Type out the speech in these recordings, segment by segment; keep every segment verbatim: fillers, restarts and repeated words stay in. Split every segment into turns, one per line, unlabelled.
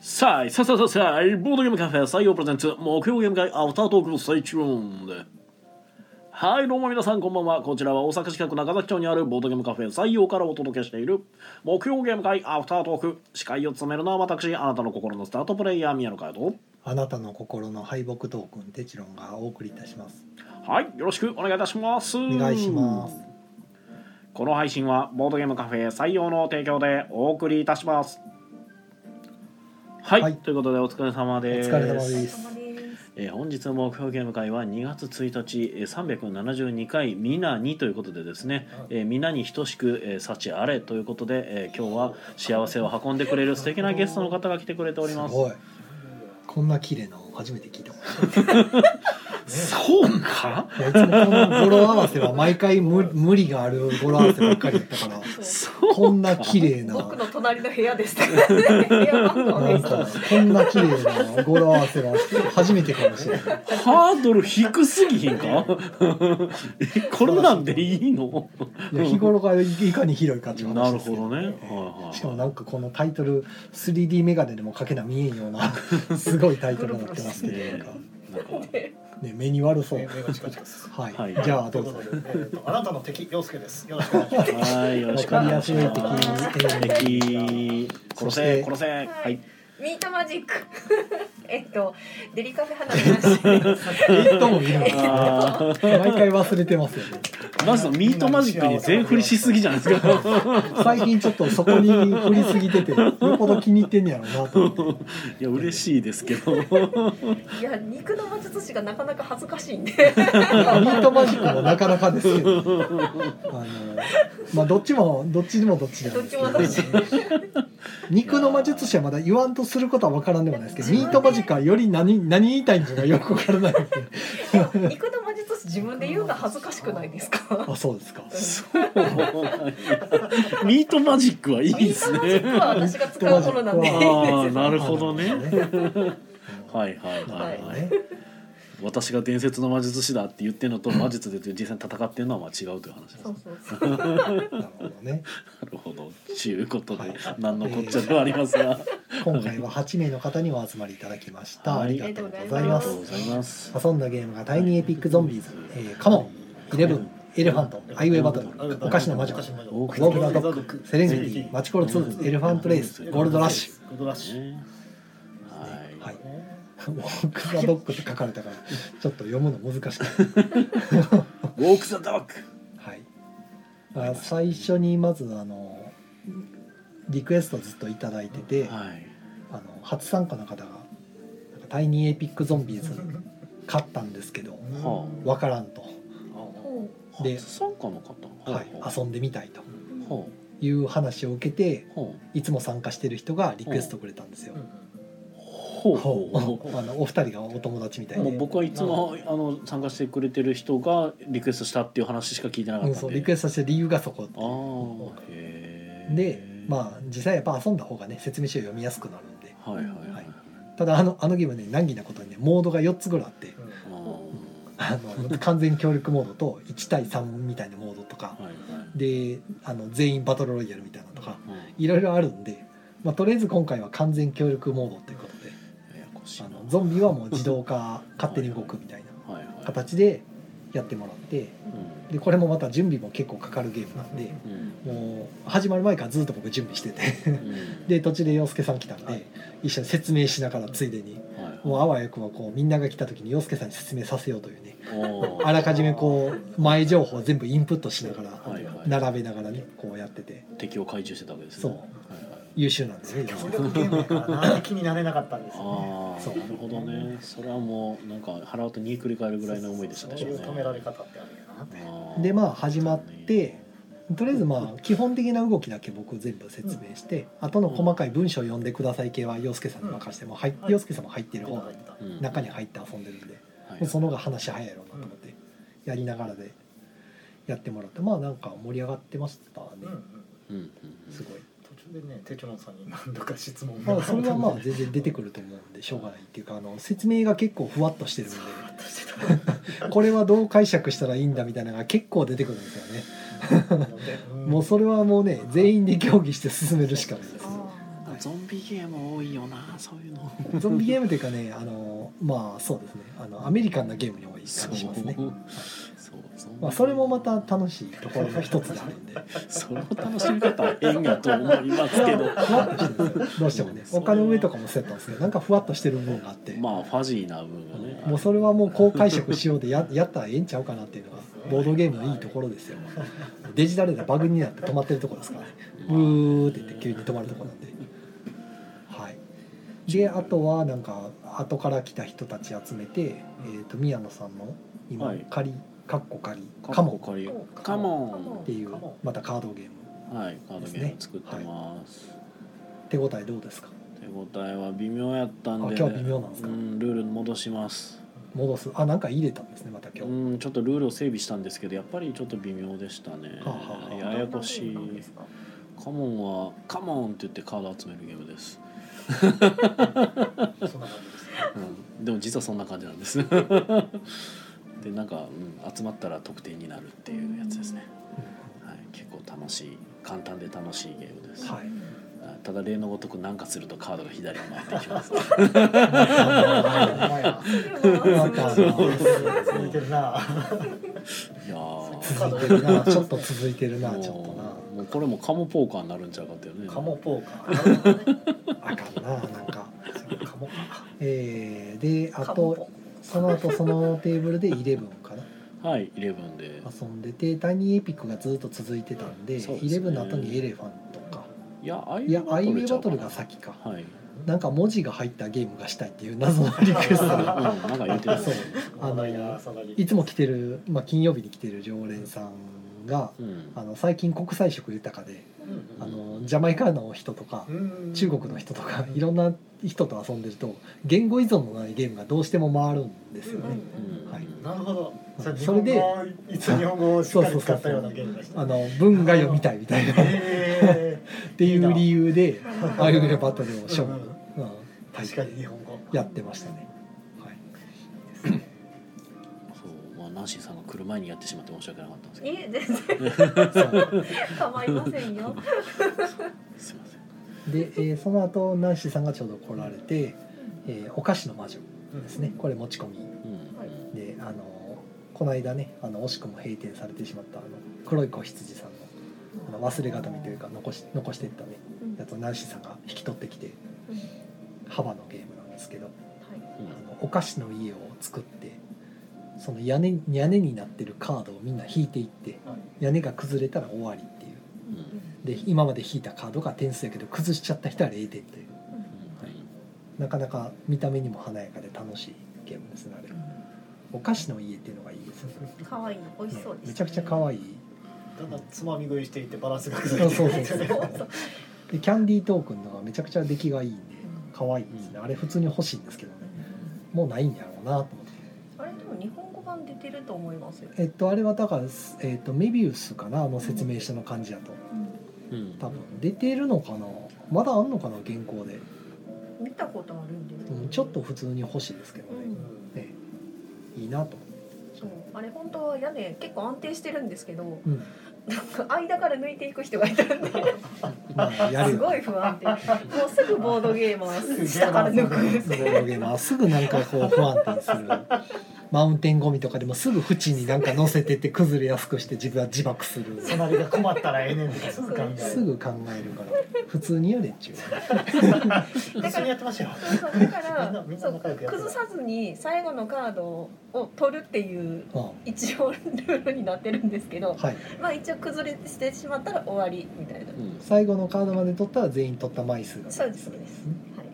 さあさあさあさあボードゲームカフェ採用プレゼンツ木曜ゲーム会アフタートークステイチューンで、はいどうも皆さんこんばんは。こちらは大阪市北区中崎町にあるボードゲームカフェ採用からお届けしている木曜ゲーム会アフタートーク。司会を務めるのは私、あなたの心のスタートプレイヤー宮野佳代と、
あなたの心の敗北トークンテチロンがお送りいたします。
はい、よろしくお願いいたします。
お願いします。
この配信はボードゲームカフェ採用の提供でお送りいたします。はい、はい、ということでお疲れ様です。
お疲れ様です。
えー、本日の目標ゲーム会はにがつついたち、えー、さんびゃくななじゅうにかい皆にということでですね、えー、皆に等しく、えー、幸あれということで、えー、今日は幸せを運んでくれる素敵なゲストの方が来てくれております。
すごい、こんな綺麗なの初めて聞いたもん
そうか。
いやいつもこの語呂合わせは毎回 無, 無理がある語呂合わせばっかりだったからこんな綺麗な
僕の隣の部屋です部屋番号です。
こんな綺麗な語呂合わせは初めてかもしれない。
ハードル低すぎひんかえこれなんでいいの。
いや日頃からいかに広いかっていう話ですけど、
なるほどね、はいはい、
しかもなんかこのタイトル スリーディー メガネでもかけな見えんようなすごいタイトルになってますけどなんかね、目に悪そう。目がチカチカする。はい、はい、じゃあどうぞ。
えーと、あなたの敵陽介です。よろしくお願いします。
はい、よろしくお願いします。敵、殺せ殺せ。はい。
ミートマジックえっとデリカフェ花火なし
えっともいる毎回忘れてますよね。
まずミートマジックに全振りしすぎじゃないですか
最近ちょっとそこに振りすぎててよほど気に入ってんねやろうなと思って
いや嬉しいですけどい
や肉の魔術師がなかなか恥ずかしいんで
ミートマジックもなかなかですけどあのまあどっちもどっちでもどっちなんですけど
どっちもどっち
肉の魔術師はまだ言わんとすることは分からんでもないですけどミートマジックはより 何, 何言いたいのかよく分からない
肉の魔術師自分で言うの恥ずかしくないですか。
あ、そうですか。
そうミートマジックはいいですね。
ミートマジックは私が使うものなんで。
ああ、なるほどね。はいはいはいはい、はい、私が伝説の魔術師だって言ってるのと魔術で実際に戦ってるのはまあ違うという話です。
そうそうそうなるほ
どね。
なるほど。ということで、はい、何のこっちゃではありますが、
えー、今回ははちめいの方にお集まりいただきました。はい、ありがとうございます。遊んだゲームがタイニーエピックゾンビーズ、えー、カモン、イレブン、エレファント、アイウェイバトル、お菓子の魔女、ウォーク・ザ・ドッグ、セレンゲティ、マチコロツー、エレファントレース、ゴールドラッシュ。ゴールドラッシュ。はい。ウォーク・ザ・ドッグって書かれたからちょっと読むの難しい。ウォ
ーク・ザ・ドッグ。
はい。最初にまずあのリクエストずっといただいてて、はい、あの初参加の方がなんかタイニーエピックゾンビーズ買ったんですけど、はあ、分からんと。
で初参加の方、
はい、遊んでみたいという話を受けて、いつも参加してる人がリクエストくれたんですよ。ほうほうあのお二人がお友達みたいで、
僕はいつもあの参加してくれてる人がリクエストしたっていう話しか聞いてなかったんで、うん、そう
リクエストしてる理由がそこっていう。あへでまあ実際やっぱ遊んだ方がね説明書読みやすくなるんで、はいはいはい、ただあのあのゲームね難儀なことにねモードがよっつぐらいあって、あの完全協力モードといちたいさんみたいなモードとか、はいはい、であの全員バトルロイヤルみたいなのとか、うん、いろいろあるんで、まあ、とりあえず今回は完全協力モードということで、あのゾンビはもう自動化勝手に動くみたいな形でやってもらって、でこれもまた準備も結構かかるゲームなんで、もう始まる前からずっと僕準備しててで途中で洋介さん来たんで一緒に説明しながらついでに、もうあわよくはこうみんなが来た時に洋介さんに説明させようというね、あらかじめこう前情報を全部インプットしながら並べながらねこうやってて
敵を回収してたわけですね。
そう優秀なんですね。
協力ゲームやからな気になれなかったんですよね。
あそうなるほどね。それはもうなんか払うとに繰り返るぐらいの思いでしたでしょうね。
そういう止められ方ってあるんやなって。
でまあ始まってとりあえずまあ基本的な動きだけ僕全部説明して、うん、後の細かい文章を読んでください系は洋介さんに任せても、うん、洋介さんも入ってる方、うん、中に入って遊んでるんで、うん、その方が話早いやろうなと思ってやりながらでやってもらって、まあなんか盛り上がってましたね。うんうん、すごい。
でね、テチョノさんに何度か質問が、
まあ、それはまあ全然出てくると思うんでしょうがないっていうか、あの説明が結構ふわっとしてるんでこれはどう解釈したらいいんだみたいなのが結構出てくるんですよねもうそれはもうね全員で協議して進めるしかないです、は
ゾンビゲーム多いよなそういうの。
ゾンビゲームというかね、あのまあそうですね、あのアメリカンなゲームに多い感じしますね。そう、はい、そうまあそれもまた楽しいところの一つであるんで、
その楽しみ方は変やと思いますけど、
ふわっとしてるんですよどうしてもね。丘の上とかもそうやったんですけど、なんかふわっとしてる部分があって、
まあファジーな部分がね、
もうそれはもうこう解釈しようで や, やったらええんちゃうかなっていうのがボードゲームのいいところですよ。デジタルでバグになって止まってるところですからね。うーって言って急に止まるところなんで。はい。であとはなんか後から来た人たち集めて、えー、と宮野さんの今、はい、仮カッコ仮カモン
カモン
っていうまたカードゲーム、
はい、カードゲーム作ってます、はい、
手応えどうですか？
手応えは微妙やったんで、
今日は微妙なんですか？
うん、ルール戻します。
戻す。あ、なんか入れたんですねまた今日。
うん、ちょっとルールを整備したんですけどやっぱりちょっと微妙でしたね。はあはあ、ややこしい。カモンはカモンって言ってカード集めるゲームです。
そんな感じですね、
うん、でも実はそんな感じなんですでなんか、うん、集まったら得点になるっていうやつですね、はい、結構楽しい簡単で楽しいゲームです、はい、ただ例のごとく何かするとカードが左に回っていきます
続いてるな。
いや
続いてるな。ちょっと続いてるな。ちょっとな。
もうこれもカモポーカーになるんちゃうかっていうね。
カモポーカー。
あかんな、なんか。カモか。えー、で、あとその後そのテーブルでイレブンかな。
はい、イレブンで
遊んでて、タイニーエピックがずっと続いてたんで、でね、イレブンの後にエレファントか。いや、アイウェイバトルが先か。はい。なんか文字が入ったゲームがしたいっていう謎のリクエストが、うん、なんか言ってる。そう。あのいつも来てる、まあ金曜日に来てる常連さんが、うん、あの最近国際色豊かで、うん、あのジャマイカの人とか、うん、中国の人とか、いろんな人と遊んでると言語依存のないゲームがどうしても回るんですよね。うんうん、はい。
なるほど。それでいつ日本語をしっかり使ったようなゲームでした。
あの文が読みたいみたいなっていう理由でアイウェイバトルを勝負、うん、
確かに日本語
やってましたね。はい。
そう、まあナンシーさんが来る前にやってしまって申し訳なかったんですけど。
いえ全然構いませんよ。
すいませ
ん。で、えー、その後ナンシーさんがちょうど来られて、えー、お菓子の魔女ですね。これ持ち込み、うん、で、あのこの間ね、あの惜しくも閉店されてしまったあの黒い子羊さんの、あの忘れ形見というか残し残していったね、やつをナンシーさんが引き取ってきて、幅のゲームなんですけど、はい、あのお菓子の家を作って、その屋根屋根になってるカードをみんな引いていって、屋根が崩れたら終わりっていう、うん、で今まで引いたカードが点数やけど崩しちゃった人はれいてんという、うん、はい、なかなか見た目にも華やかで楽しいゲームですね。あれ、うん、お菓子の家っていうのがいいですね。
可愛い、美味しそうです、ね。
めちゃくちゃ可愛い。
ただつまみ食いしていてバランスが
崩れてる。そうそうそうそうでキャンディートークンのがめちゃくちゃ出来がいいんで可愛いですね。あれ普通に欲しいんですけどね、もうないんやろうなと思って。
あれでも日本語版出てると思いますよ。
えっとあれはだから、えっとメビウスかな、あの説明書の感じだと、うん、多分出てるのかな、まだあんのかな現行で。
見たことあるんです、
うん、ちょっと普通に欲しいですけどね、うん、ね、いいなと。
そう、あれ本当は屋根結構安定してるんですけど、うん、なんか間から抜いていく人がいたんで、まあ、すごい不安定。もうすぐボードゲームは下から抜く。ボ
ードゲームはすぐなんかこう不安定にする。マウンテンゴミとかでもすぐ縁になんか乗せてって崩れやすくして自分は自爆する。
隣が困ったらええねんってすぐ考える。
すぐ考えるから普通にやれっちゅう。
普通にやってましたよ。
だからそう崩さずに最後のカードを取るっていう一応ルールになってるんですけど、はい、まあ一応崩れしてしまったら終わりみたいな、うん、
最後のカードまで取ったら全員取った枚数が、
そうですそうです、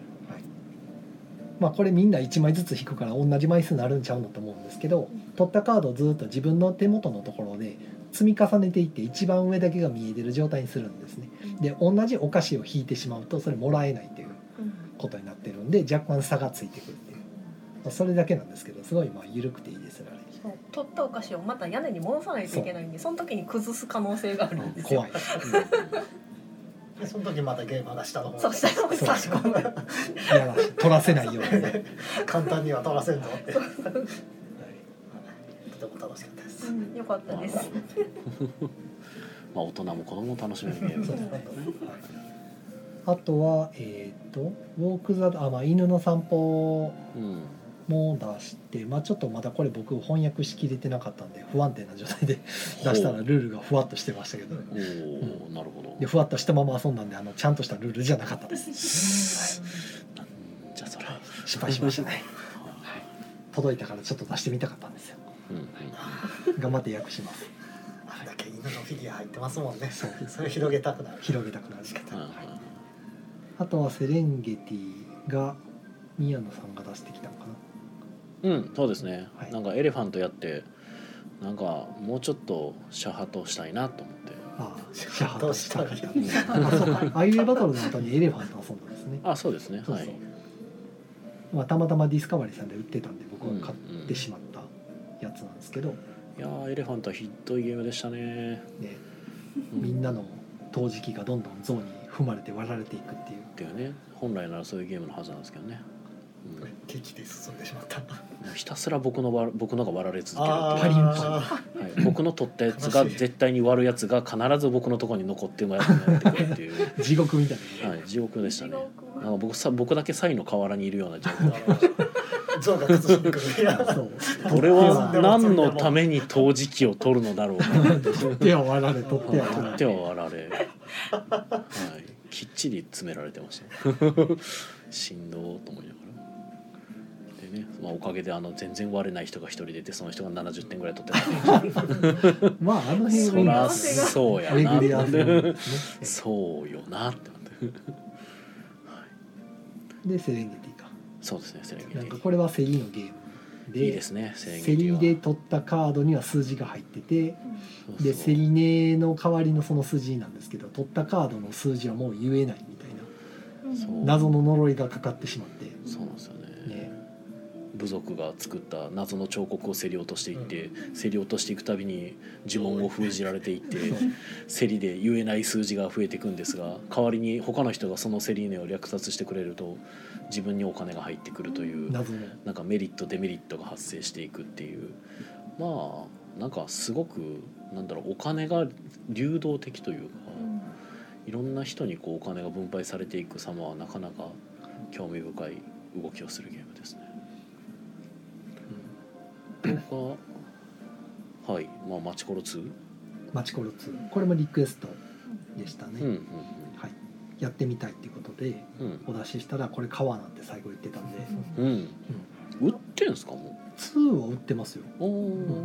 まあ、これみんないちまいずつ引くから同じ枚数になるんちゃうのと思うんですけど、取ったカードをずっと自分の手元のところで積み重ねていって一番上だけが見えてる状態にするんですね。で同じお菓子を引いてしまうとそれもらえないということになってるんで若干差がついてくるっていう、まあ、それだけなんですけどすごいまあ緩くていいですね。あれ
取ったお菓子をまた屋根に戻さないといけないんで そ, その時に崩す可能性があるんですよ。
怖い、
でその時またゲーマーが下の方に
そう下の方に差し込む。
いや取らせないように
簡単には取らせんぞって。はい、とても楽しかったです。
うん、よかったです。
まあ大人も子供も楽しめるゲームですね。
あとはえっ、ー、とウォークザあまあ犬の散歩も出して、うん、まあちょっとまだこれ僕翻訳しきれてなかったんで不安定な状態で出したらルールがふわっとしてましたけど、ね、
おお、うん、なるほど。
でふわっとしたまま遊んだんであのちゃんとしたルールじゃなかったです。
はい、じゃあそれ
失敗しましたね。届いたからちょっと出してみたかったんですよ。うん、頑張って訳します。
あれだけ犬のフィギュア入ってますもんね。そう、それ広げたくなる。
広げたくなる仕方。はい、あとはセレンゲティが宮野さんが出してきたのか
な。うん、そうですね。はい、なんかエレファントやってなんかもうちょっとシャハトしたいなと思って。
ああ、シャハトしたい。あ、そうか。アイウェイバトルの後にエレファント遊んだんですね。
あ、そうですね。
そうそう、
はい。
まあたまたまディスカバリーさんで売ってたんで僕は買ってしまったやつなんですけど。うんうん、
いやーエレファントはひどいゲームでしたね。ね、
うん、みんなの陶磁器がどんどん像に踏まれて割られていくっていう。
っていうね、本来ならそういうゲームのはずなんですけどね。
うん、敵で進んでしまった。
ひたすら僕の僕のが割られ続ける
っていう。パリンパリン、
はい、僕の取ったやつが絶対に割るやつが必ず僕のところに残ってもやってくるっていう
地獄みたい
な、はい、地獄でしたね。なんか僕さ僕だけサイの河原にいるような状況。
像が崩してくる。
俺は何のために陶磁器を取るのだろうか。
手は割られ、取っては割られ、
手は割られ、はい、きっちり詰められてました。しんどーと思いながら。でね、まあ、おかげであの全然割れない人が一人出てその人がななじゅってんぐらい取ってた。
まああの辺
そらそうやな。
ね、
そうよなって。
でセレンゲティか。
そうですね、セレンゲティ。
なんかこれは競りのゲームで、
いいですね、セレンゲティは。
競りで取ったカードには数字が入ってて、うん、で競り値の代わりのその数字なんですけど、取ったカードの数字はもう言えないみたいな、うん、謎の呪いがかかってしまって。
そうなんですよね。ね、部族が作った謎の彫刻を競り落としていって、うん、競り落としていくたびに呪文を封じられていって、競りで言えない数字が増えていくんですが、代わりに他の人がその競り値を略奪してくれると自分にお金が入ってくるという
謎の
なんかメリットデメリットが発生していくっていう、まあなんかすごくなんだろう、お金が流動的というか、うん、いろんな人にこうお金が分配されていく様はなかなか興味深い動きをするゲームですね。とか、はい、まあマチコロツー、
マチコロツー、これもリクエストでしたね。
うんうんうん、
はい、やってみたいっていうことで、うん、お出ししたらこれ買わなんて最後言ってたんで、
うんうんうん、売ってんすかもう。
ツーは売ってますよ。うん、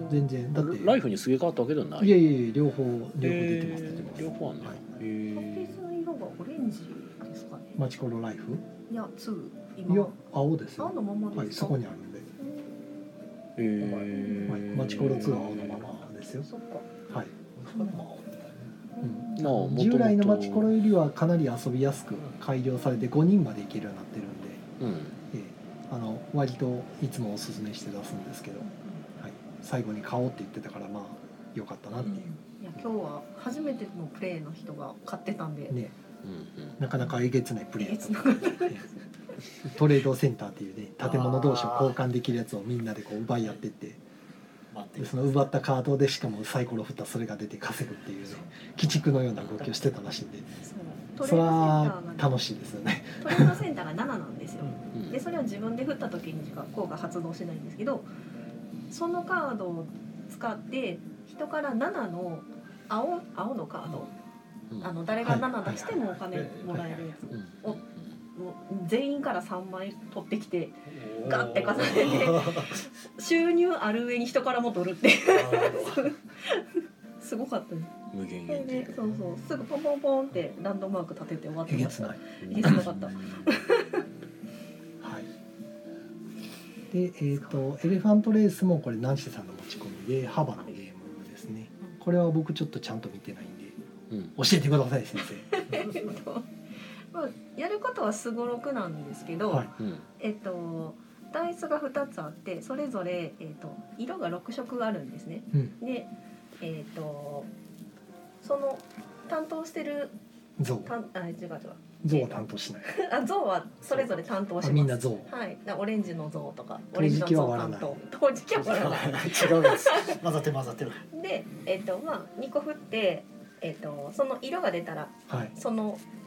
全然だって
ライフにすげ替わったわけではない。
いやいやいや、両方両方出てます、出てます。
両方はね。はい、
へえ。パッケージの色がオレンジですかね。
マチコロライフ？
いやツー今。いや
青ですよ。
青のままですか。
はい、そこにあるんで。
へえ。
はい、マチコロツーは青のままですよ。
そっか。
はい。
うん、
まあ、従来のマチコロよりはかなり遊びやすく改良されてごにんまでいけるようになってるんで、うん、えー、あの割といつもおすすめして出すんですけど、はい、最後に買おうって言ってたからまあよかったなっていう、うん、い
や今日は初めてのプレイの人が買ってたんで、ね、
うんうん、なかなかえげつないプレイやったトレードセンターっていうね、建物同士を交換できるやつをみんなでこう奪い合ってって、でその奪ったカードでしかもサイコロ振ったらそれが出て稼ぐっていうね、鬼畜のような動きをしてたらしいんで、それは楽しいですよね。
トレードセンターがなななんですよ。でそれは自分で振った時にしか効果発動しないんですけど、そのカードを使って人からななの青青のカード、あの誰がなな出してもお金もらえるやつを全員からさんまい取ってきてガッて重ねて収入ある上に人からも取るってすごかったね。
無限
に、ね、そうそうすぐポンポンポンってランドマーク立てて終わってました。
え
げつなかった。はい。
でえっ、ー、とエレファントレースもこれナンシーさんの持ち込みで幅のゲームですね。これは僕ちょっとちゃんと見てないんで、うん、教えてください先生。
まあ、やることはすごろくなんですけど、はい、えっとダイスがふたつあってそれぞれ、えっと、色がろくしょくあるんですね、うん、で、えっと、その担当してる
像
あ違う違う
像は担当しない
あ像はそれぞれ担当します。
みんな像、
はい、オレンジの像とかオレンジの像担当
陶
磁器は割らない
違うやつ混ざって混ざってる
で、えっとまあ、にこ振って、えっと、その色が出たら、はい、その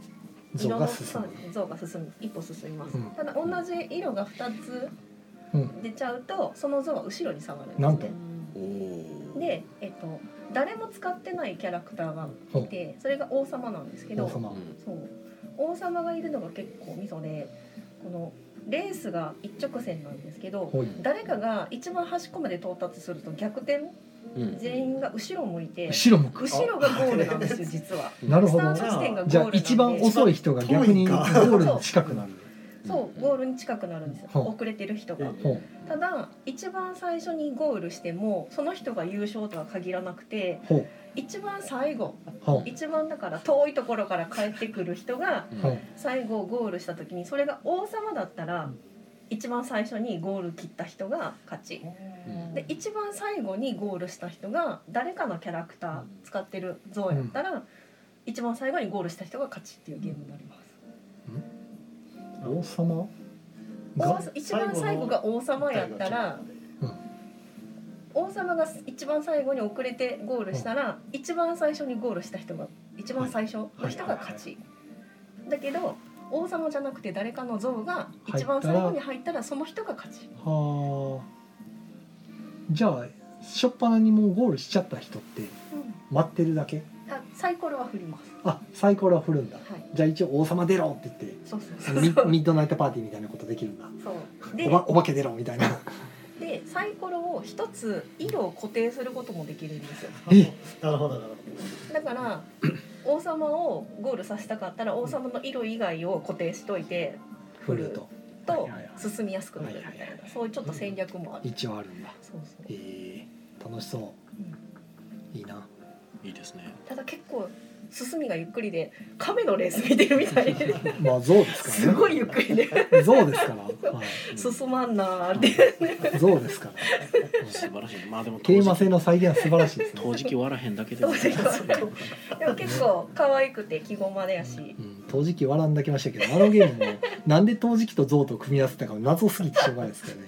像が進
む像が進む一歩進みます、うん、ただ同じ色がふたつ出ちゃうと、うん、その像は後ろに下がるんですね。
なんと
で、えっと、誰も使ってないキャラクターがいて、それが王様なんですけど、
王様、
そう王様がいるのが結構ミソで、このレースが一直線なんですけど、誰かが一番端っこまで到達すると逆転、うん、全員が後ろ向いて
後ろ向く
後ろがゴールなんですよ実は。
なるほど。
スタート地点がゴールなんで、
じゃあ一番遅い人が逆にゴールに近くなる。
そうゴールに近くなるんですよ、遅れてる人が。ただ一番最初にゴールしてもその人が優勝とは限らなくて、一番最後一番だから遠いところから帰ってくる人が最後ゴールした時に、それが王様だったら一番最初にゴール切った人が勝ちで、一番最後にゴールした人が誰かのキャラクター使ってる像やったら、一番最後にゴールした人が勝ちっていうゲームになります。
王様
が一番最後が王様やったら、うん、王様が一番最後に遅れてゴールしたら、うん、一番最初にゴールした人が一番最初の人が勝ち、だけど王様じゃなくて誰かの像が一番最後に入ったらその人が勝ち。
はあ。じゃあ初っ端にもうゴールしちゃった人って待ってるだけ、うん、
あサイコロは振ります。
あサイコロは振るんだ、はい、じゃあ一応王様出ろって言って、
そうそうそうそう、
ミ, ミッドナイトパーティーみたいなことできるんだ。
そう
で お, ばお化け出ろみたいな
でサイコロを一つ色を固定することもできるんですよ。
え
なるほどなるほ
ど。だから王様をゴールさせたかったら王様の色以外を固定しといて振るとと進みやすくなるみたいな、そういうちょっと戦略もある。
一応あるんだ。
そうそう、
えー、楽しそう、うん、いいな。
いいですね。
ただ結構進みがゆっくりで亀のレース見てるみたいで
まあ象ですからね。
すごいゆっくりで
象ですから、はい、
進まんなーって
象ですから
素晴らしい。まあでも
桂馬戦の再現は素晴らしいですね。
陶磁器割らへんだけでも
でも結構可愛くて木駒でやし、
うん、陶磁器割らんだけましたけど、あのゲームもなんで陶磁器と象と組み合わせたか謎すぎてしょうがないですけどね。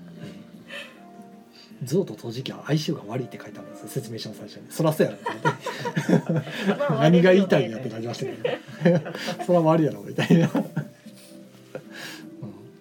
象と陶磁器は相性が悪いって書いてあるんですよ、説明書の最初に。そらそうやろって思って何が言いたいんやってなりましたけどそら悪いやろみたいな、うん、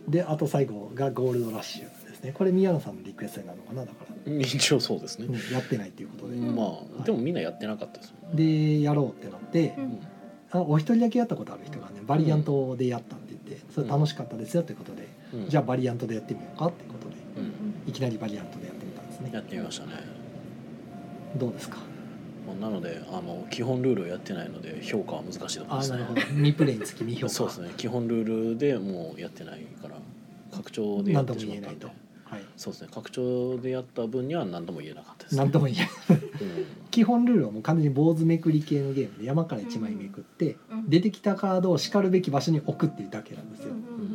であと最後がゴールドラッシュですね。これ宮野さんのリクエストになるのかな。だから
一応そうですね、
うん、やってないっていうことで、
まあ、はい、でもみんなやってなかったですもん
ね。でやろうってなって、うん、あお一人だけやったことある人がねバリアントでやったって言って、それ楽しかったですよってことで、うん、じゃあバリアントでやってみようかってことで、うん、いきなりバリアントでやってみたんですね。
やってみましたね。
どうですか。
なのであの基本ルールをやってないので評価は難しいと思いますね。
あなるほど。未プレイにつき未評価
そうですね。基本ルールでもうやってないから拡張でやってしまったんで、はい、そうですね。拡張でやった分には何とも言えなかったです、ね、
何とも言えない、うん、基本ルールはもう完全に坊主めくり系のゲームで山からいちまいめくって、うん、出てきたカードをしかるべき場所に置くっていうだけなんですよ、うん、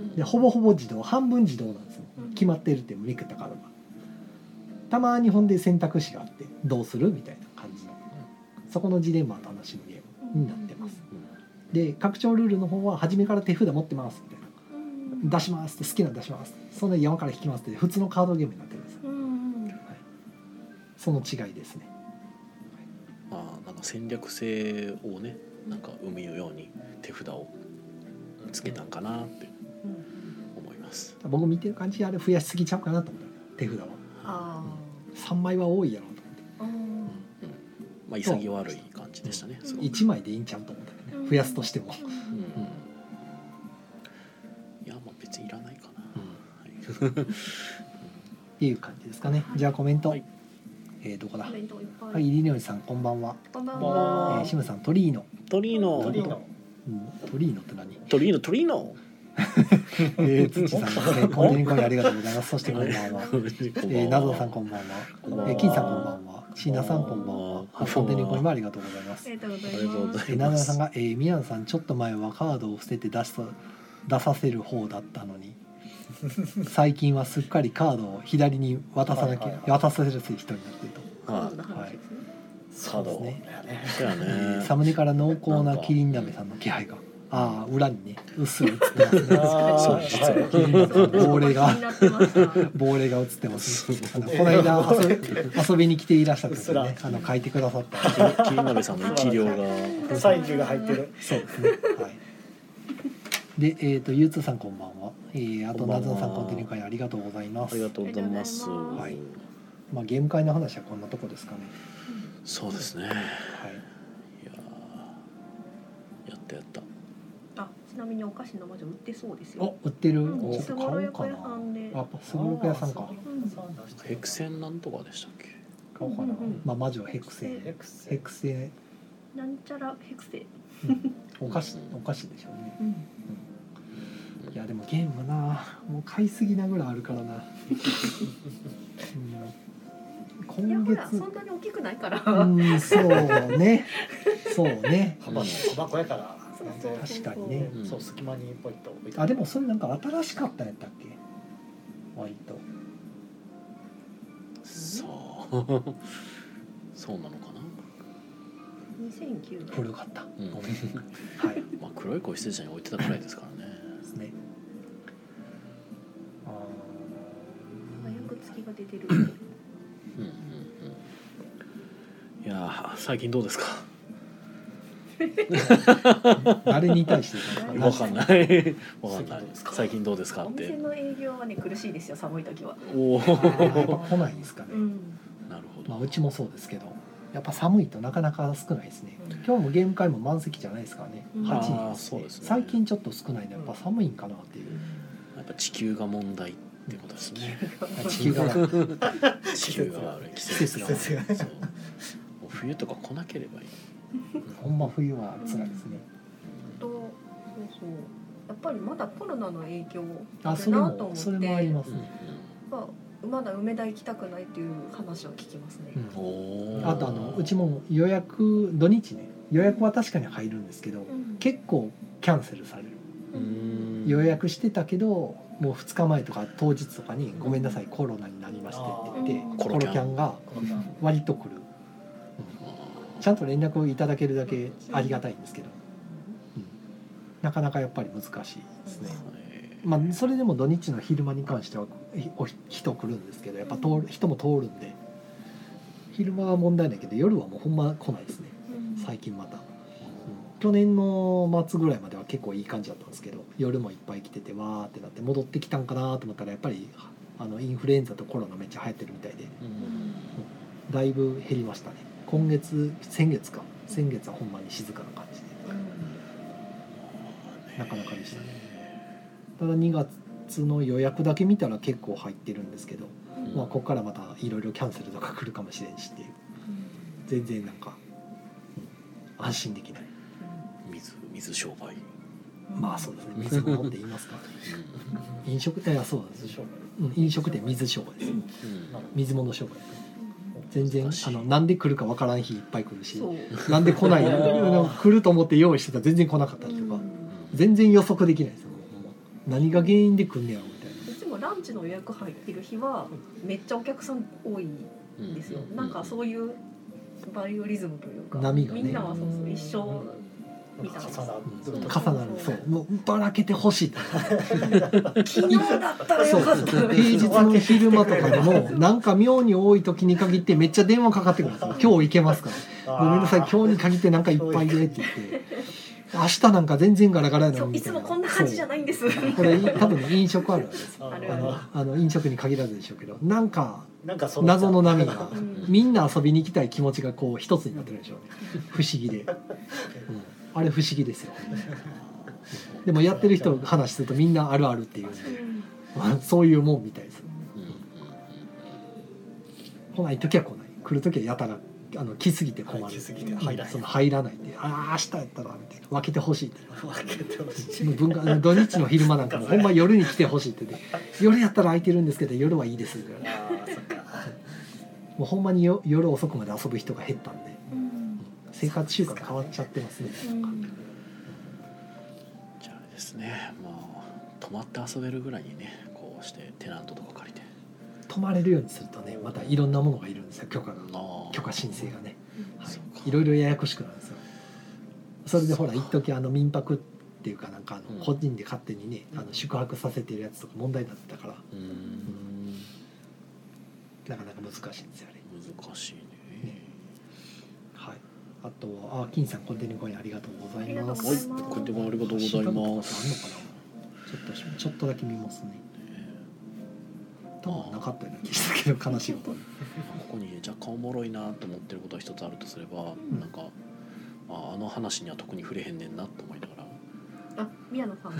でほぼほぼ自動、半分自動なんですよ、うん、決まってるってめくったカードがたまにほんで選択肢があってどうするみたいな感じの、うん、そこのジレンマを楽しむゲームになってます、うん、で拡張ルールの方は初めから手札持ってますみたいな、出しますって好きなの出しますその山から引きますって普通のカードゲームになってるんです、うんはい、その違いですね。
まあなんか戦略性をねなんか生むように手札をつけたんかなって思います、
うん、僕見てる感じあれ増やしすぎちゃうかなと思った手札はあ、うん、さんまいは多いやろうと思って、うんうん、
まあ潔悪い感じでしたね、
うん、いちまいでいいんちゃうと思ったけどね、増やすとしても、うんうん
別にいらないかな、
うんはい、っていう感じですかね。じゃあコメント、はい、えー、どこだ。はい、リリオンさんこんばんは。
こんばんは。
えー、シムさんトリーノ。
トリーノ。
トリーノ。うん、トリーノって何？
トリーノトリーノ。
えー、土さん、えー、コンテニコにありがとうございます。そしてこんばんは。えー、ナゾさんこんばんは。えー、キンさんこんばんは。シーナさんこんばんは。コンテニコにもありがとうございます。
ありがとうございます。
えー、ナゾさんが、えー、ミヤンさんちょっと前はカードを捨てて出す出させる方だったのに最近はすっかりカードを左に渡さなきゃ、はいはい、渡させる人になっていると、はいはい、
そうですね。
サムネから濃厚なキリン鍋さんの気配がああ裏にねうっすら映ってますね。そう実はキリン鍋さんの亡霊が亡霊が映ってます、ね、あのこの間遊び、遊びに来ていらっしゃった時ねあの書いてくださった
キリン鍋さんの生き量が
サイズが入ってる
そうですね、はいで、えーと、ゆうつーさんこんばんは。えー、あとなずなさんコンティニュー会ありがとうございます。
ありがとうございます。
はい。まあゲーム会の話はこんなとこですかね。
そうですね。はい。いややったやった。
あ、ちなみにお菓子の魔女売ってそうですよ。
お、売ってる。
うん、すごろく屋さんで。
あ、すごろく屋さんか。
ヘクセンなんとかでしたっけ。
買おうかな。まあ魔女ヘクセン。ヘクセン。
なんちゃらヘクセン。
お菓子、お菓子でしょうね。うんうん、いやでもゲームな、もう買いすぎなぐらいあるからな。うん、今月
そんなに大きくないから。
うん、そうね。そうね。
幅箱やから。
確かにね。
そう隙間にポイッと置いて。
あでもそれなんか新しかったやったっけ？割と。
そうそうなのかな。
にせんきゅうねん。
古かった。
うん、
はい。
まあ黒い子羊に置いてたくらいですからね。
ですね。あ
あ。早く月が出てる。
うんうんうん。いや最近どうですか。
誰に対して
かわかんないわかんない最近どうですかって。
お店の営業はね苦しいですよ、寒い時は。
おおやっぱ来ないですかね、
うん、
なるほど。
まあうちもそうですけどやっぱ寒いとなかなか少ないですね、うん、今日もゲーム会も満席じゃないですからね、うん、はちにんですね。ですね、最近ちょっと少ないのやっぱ寒いんかなっていう、
やっぱ地球が問題ってことですね。
地球が
地球が悪い季節が悪い。そう冬とか来なければいい。
ほんま冬は辛いですね。
と、そうそう。やっぱりまだコロナの影響
あるなと思って。それもありますね。
まあ、まだ梅田行きたくないっていう話を聞きますね。
うん、あとあのうちも予約土日ね予約は確かに入るんですけど、うん、結構キャンセルされる。うん、予約してたけどもうふつかまえとか当日とかにごめんなさいコロナになりましてって言って、うん、コロキャンが割と来る。ちゃんと連絡をいただけるだけありがたいんですけど、うん、なかなかやっぱり難しいですね。まあそれでも土日の昼間に関しては人来るんですけどやっぱ通る人も通るんで昼間は問題ないけど夜はもうほんま来ないですね最近また、うん、去年の末ぐらいまでは結構いい感じだったんですけど夜もいっぱい来ててわーってなって戻ってきたんかなと思ったらやっぱりあのインフルエンザとコロナめっちゃ流行ってるみたいで、うん、だいぶ減りましたね。今月先月か先月はほんまに静かな感じで、うん、なかなかでしたね。ただにがつの予約だけ見たら結構入ってるんですけど、うんまあ、ここからまたいろいろキャンセルとか来るかもしれんしっていう、うん、全然なんか、うん、安心できない。
水水商売
まあそうですね水物って言いますか飲食店はそうなんです、うん、飲食店水商売です、うん、水物商売全然あのなんで来るかわからん日いっぱい来るしなんで来ない来ると思って用意してたら全然来なかったりとか、うん、全然予測できないですよ。何が原因で来んねやろみたいな。
うちもランチの予約入ってる日はめっちゃお客さん多いんですよ、うん、なんかそういうバイオリズムというか
波がね
みんなはそうそう一緒みたいな重なる、
うん、重なるそうもうばらけてほしい
昨日だったらよかった
平日の昼間とかでもなんか妙に多い時に限ってめっちゃ電話かかってくるんですよ。今日行けますからごめんなさい今日に限ってなんかいっぱいでって言って明日なんか全然ガラガラやなみたいな。
いつもこんな感じじゃないんです。
これ多分飲食あるあるです。あのあの飲食に限らずでしょうけど、なんか謎の波がみんな遊びに行きたい気持ちがこう一つになってるでしょうね。不思議で、うん、あれ不思議ですよ。でもやってる人話するとみんなあるあるっていうんで、まあ、そういうもんみたいです。来ない時は来ない、来る時はやたらあの来すぎて困る、はい、来すぎて入らない、その入らないで、ああ明日やったらみたいな、分けてほしいって分けてほしい文化土日の昼間なんかもほんま夜に来てほしいってね夜やったら空いてるんですけど夜はいいですみたいな。もうほんまによ夜遅くまで遊ぶ人が減ったんで、うん、生活習慣変わっちゃってますね、うん、
じゃああれですね、まあ泊まって遊べるぐらいにねこうしてテナントとか借りて
泊まれるようにするとねまたいろんなものがいるんですよ、許可が許可申請がね、はい、いろいろややこしくなるんですよ。それでほら一時あの民泊っていうかなんかあの個人で勝手にね、うん、あの宿泊させてるやつとか問題になってたから、うんうん、なかなか難しいんですよね。
難しい ね, ね
はい。あとはあ金さんコンティニューコインありがとうございます。
はい、コンティニューありがとうございます。
あんのかな。 ちょっとちょっとだけ見ますね。多分なかったような気がしたけど悲しいことに。
ここに若干おもろいなと思ってることが一つあるとすれば、うん、なんかああの話には特に触れへんねんなと思いながら。
あ、宮野さん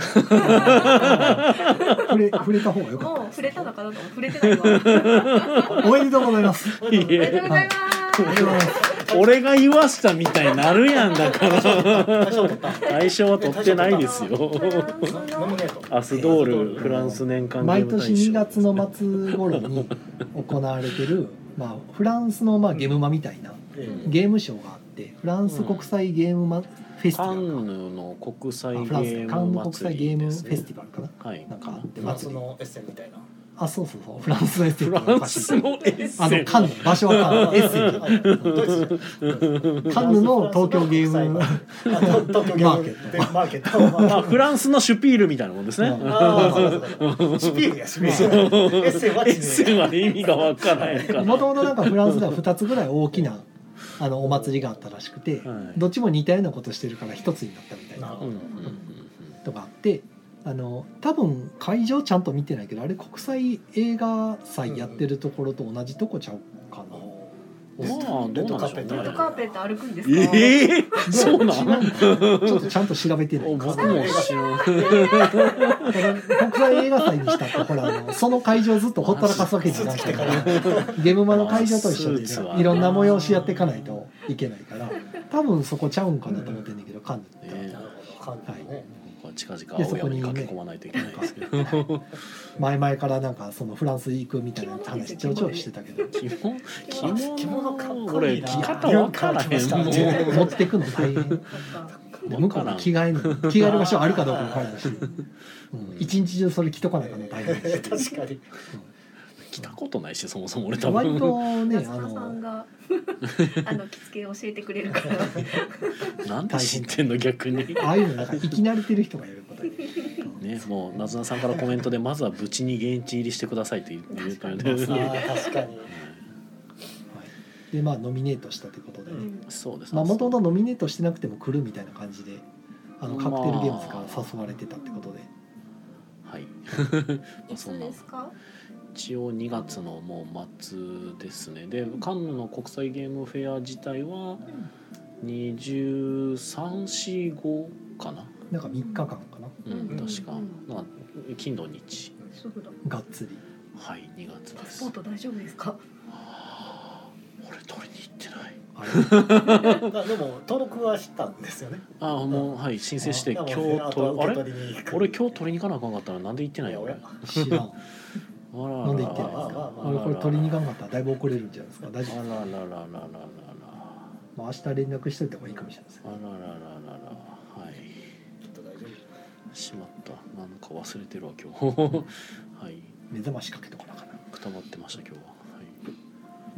触れ触れた方がよかった。
もう触れたのかなと思う。触れてないわ。
おめでとうございます。
おめでとうございます。
俺が言わしたみたいになるやんだから対象は取ってないですよ。アスドールフランス年間ゲーム大賞
毎年にがつの末頃に行われてる、まあ、フランスのまあゲームマみたいなゲームショーがあって、フランス国際ゲームマフェスティバル、
カンヌの国際ゲーム
カンヌ国際ゲームフェスティバルかな、
はい、
なんかあって
フランスのエッセンみたいな。
あ、そうそうそう、フランスのエッセン、
フランスのエッセン、
あのカンヌ、場所はカンヌ、エッセンじゃないカンヌの東京ゲーム
東京ゲームマーケット、
まあフランスのシュピールみたいなもんですね。
ああ、そうそうシュピールやシュピール。エッセンは
エッセンは意味がわからないから。
もともとなんかフランスではふたつぐらい大きなあのお祭りがあったらしくて、はい、どっちも似たようなことしてるから一つになったみたいなとかあって、あの多分会場ちゃんと見てないけど、あれ国際映画祭やってるところと同じとこちゃうかな。
まあどうなんでしょうね。
レッドカーペット歩くんですか。
ええー、そうなん。
ちょっとちゃんと調べてない。
僕も知らん。
国際映画祭にしたってほらあのその会場ずっとほったらかすわけじゃなくて、ゲームマの会場と一緒で、ね、いろんな催しやっていかないといけないから、多分そこちゃうんかなと思ってんだけど、カンヌって。
なるほど、カンヌね。
近々青山に駆け込まないといけないですけど、
前々からなんかそのフランス行くみたいな話ちょいちょいしてたけど、
着物
着物かっこいいな。
俺着方分からへん。
もう持ってくの大変。向こうに着替えの着替える場所あるかどうかも分からないし、一日中それ着とかないかな大変です。
確かに。
着たことないし、そもそも俺多分
割とね、
あのさんがあの着付け教えてくれるから
なんで知ってんの逆に。
ああいうのなんか生き慣れてる人がやること
ね、もうなずなさんからコメントでまずはブチに現地入りしてくださいと言うとね。
確かに。
でまあノミネートしたということで、ね、
うん、そうです。
まあ元々ノミネートしてなくても来るみたいな感じで、あのカクテルゲームズから誘われてたってことで、
はい。
いつですか？
一応にがつのもう末ですね。でカンヌの国際ゲームフェア自体はにじゅうさん、よん、ごかな。
なんかみっかかんかな。
うん、確か。なんか金土日。
がっつり。
はい、にがつです。
パスポート大丈夫ですか？
俺取りに行って
ない。でも登録はしたんですよね。
ああ、もうはい申請して今日とあれ俺今日取りに行かなあかんかったらなんで行ってないよ俺。
知らん。なんで行ってないですか。俺これ取りに行かなかったらだいぶ遅れるんじゃないですか。大丈夫。あららららららら。まあ明日連絡しといた方がいいかもしれないです。
あらららららはい。
きっと大丈
夫。しまった。なんか忘れてるわ今日。はい。
目覚ましかけとかなかな。
くたばってました今日は。はい。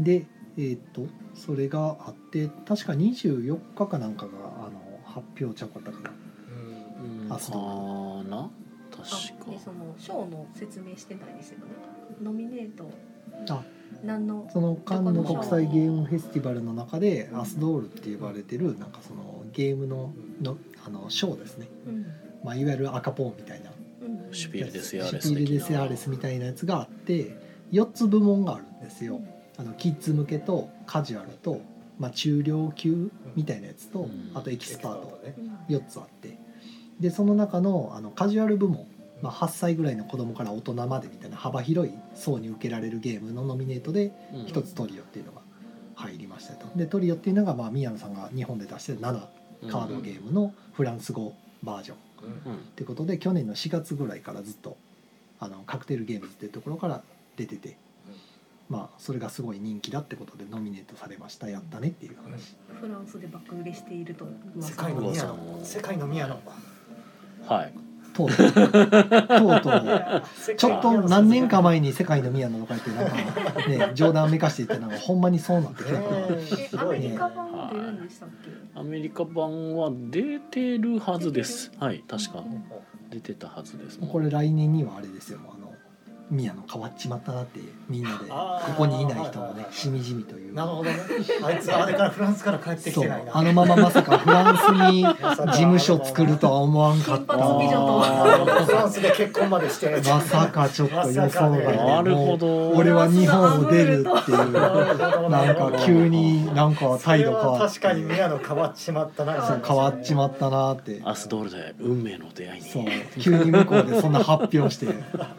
で。えー、とそれがあって確かにじゅうよっかかなんかがあの発表ちゃうかったかな。
うん、あそうな確か
その賞の説明してないですよね。ノミネート
あ
何の
そのカンヌ国際ゲームフェスティバルの中でアスドールって呼ばれてるなんかそのゲームののあの賞ですね、うんまあ、いわゆる赤ポーンみたいな、
うん、シュピールデセアレス
シュピールデセアレスみたいなやつがあってよっつ部門があるんですよ。あのキッズ向けとカジュアルと、まあ、中量級みたいなやつと、うん、あとエキスパートよっつあって、でその中の、あのカジュアル部門、まあ、はっさいぐらいの子供から大人までみたいな幅広い層に受けられるゲームのノミネートでひとつトリオっていうのが入りましたと。でトリオっていうのが、まあ、宮野さんが日本で出してるななカードゲームのフランス語バージョンってことで、去年のしがつぐらいからずっとあのカクテルゲームズっていうところから出てて、まあそれがすごい人気だってことでノミネートされました。やったねっていう話。
フランスで爆売れしていると
世界の宮野世界の宮野
はい
とうとうとうとうちょっと何年か前に世界の宮野とか言ってなんかね冗談めかして言ってなんかほんまにそうなってきたから、
えー、アメリカ版は出るんでしたっけ？
アメリカ版は出てるはずです。はい確か出てたはずです。
これ来年にはあれですよ、あの宮野変わっちまったなってみんなでここにいない人もねしみじみという。
なるほどね。あいつあれからフランスから帰ってきてないな。
あのまままさかフランスに事務所作るとは思わんかった。
金髪美女と
フランスで結婚までして
まさかちょっと予想外で、
なるほど。
俺は日本を出るっていうなんか急になんか態度変わって、
確かに宮野変わっちまったな。
そう変わっちまったなって。
アスドールで運命の出会いに。
そう急に向こうでそんな発表してね。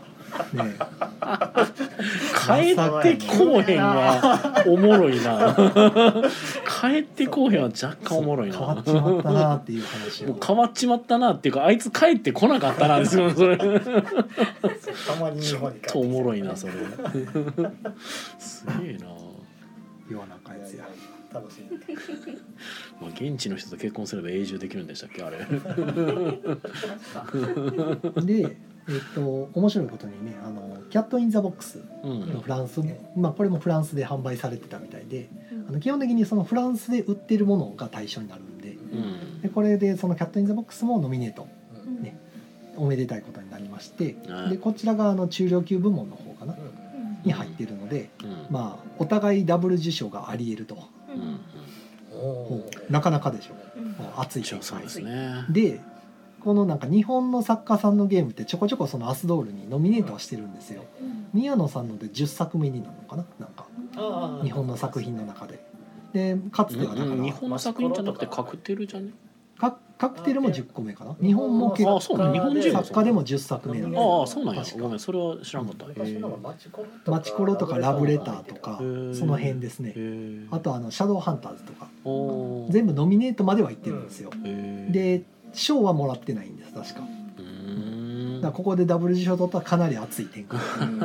帰ってこうへんはおもろいな。帰ってこうへんは若干おもろいな。
変わっちまったなっていう話を。
もう変わっちまったなっていうかあいつ帰ってこなかったなですよそれ。
たまに日本に帰ってきて。
ちょっとおもろいなそれ。すげえな。
ようなかやつや。
楽しい。
まあ現地の人と結婚すれば永住できるんでしたっけあれ。
で。えっと、面白いことにねあのキャット・イン・ザ・ボックスのフランス、うんまあ、これもフランスで販売されてたみたいで、うん、あの基本的にそのフランスで売ってるものが対象になるんで、うん、でこれでそのキャット・イン・ザ・ボックスもノミネート、ねうん、おめでたいことになりまして、うん、でこちらがあの中量級部門の方かな、うん、に入ってるので、うんまあ、お互いダブル受賞があり得ると、うん、なかなかでしょ、うん、熱い展開ですね。でこのなんか日本の作家さんのゲームってちょこちょこそのアスドールにノミネートはしてるんですよ。宮野さんのでじゅっさくめになるのかななんか日本の作品の中で。でかつてはだから、
うん、日本の作品じゃなくてカクテルじゃね
カ, カクテルもじゅっこめかな日本も結構作家でもじゅっさくめなんです
ああそうなんやごめんそれは知らんかった。
マチコロとかラブレターとかその辺ですね。あとあのシャドウハンターズとか全部ノミネートまでは行ってるんですよ。で賞はもらってないんです確か。うーんだからここでダブル受賞取ったらかなり熱い展開。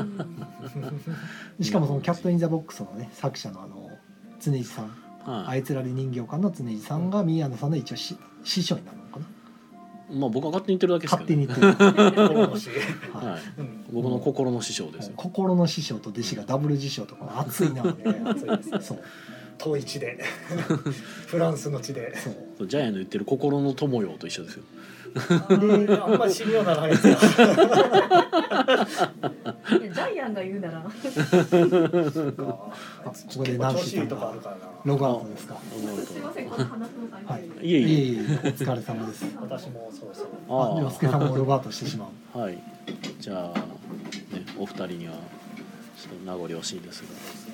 しかもそのキャット・イン・ザ・ボックスのね作者のあの常地さん、はい、あいつらで人形館の常地さんが宮野さんの一応し師匠になるのかな。
まあ僕は勝手に言ってるだけですけど、ね、
勝手に言ってる、はい
はい、僕の心の師匠ですよ。
心の師匠と弟子がダブル受賞とか熱いな、ね、
熱いですね。そう遠い地でフランスの地で
そうジャイアンの言ってる心の友よと一緒ですよ。
であんまり信用ならないですよ。ジ
ャイアンが言うなら。
ここでナンシーとかログアウトですか。
すいませんこの話の際。
はい。いえいえ。
お疲れ様です。
私もそうそう。
あ、お疲れ様もログアウトしてしまう。
はい。じゃあねお二人にはちょっと名残惜しいですが。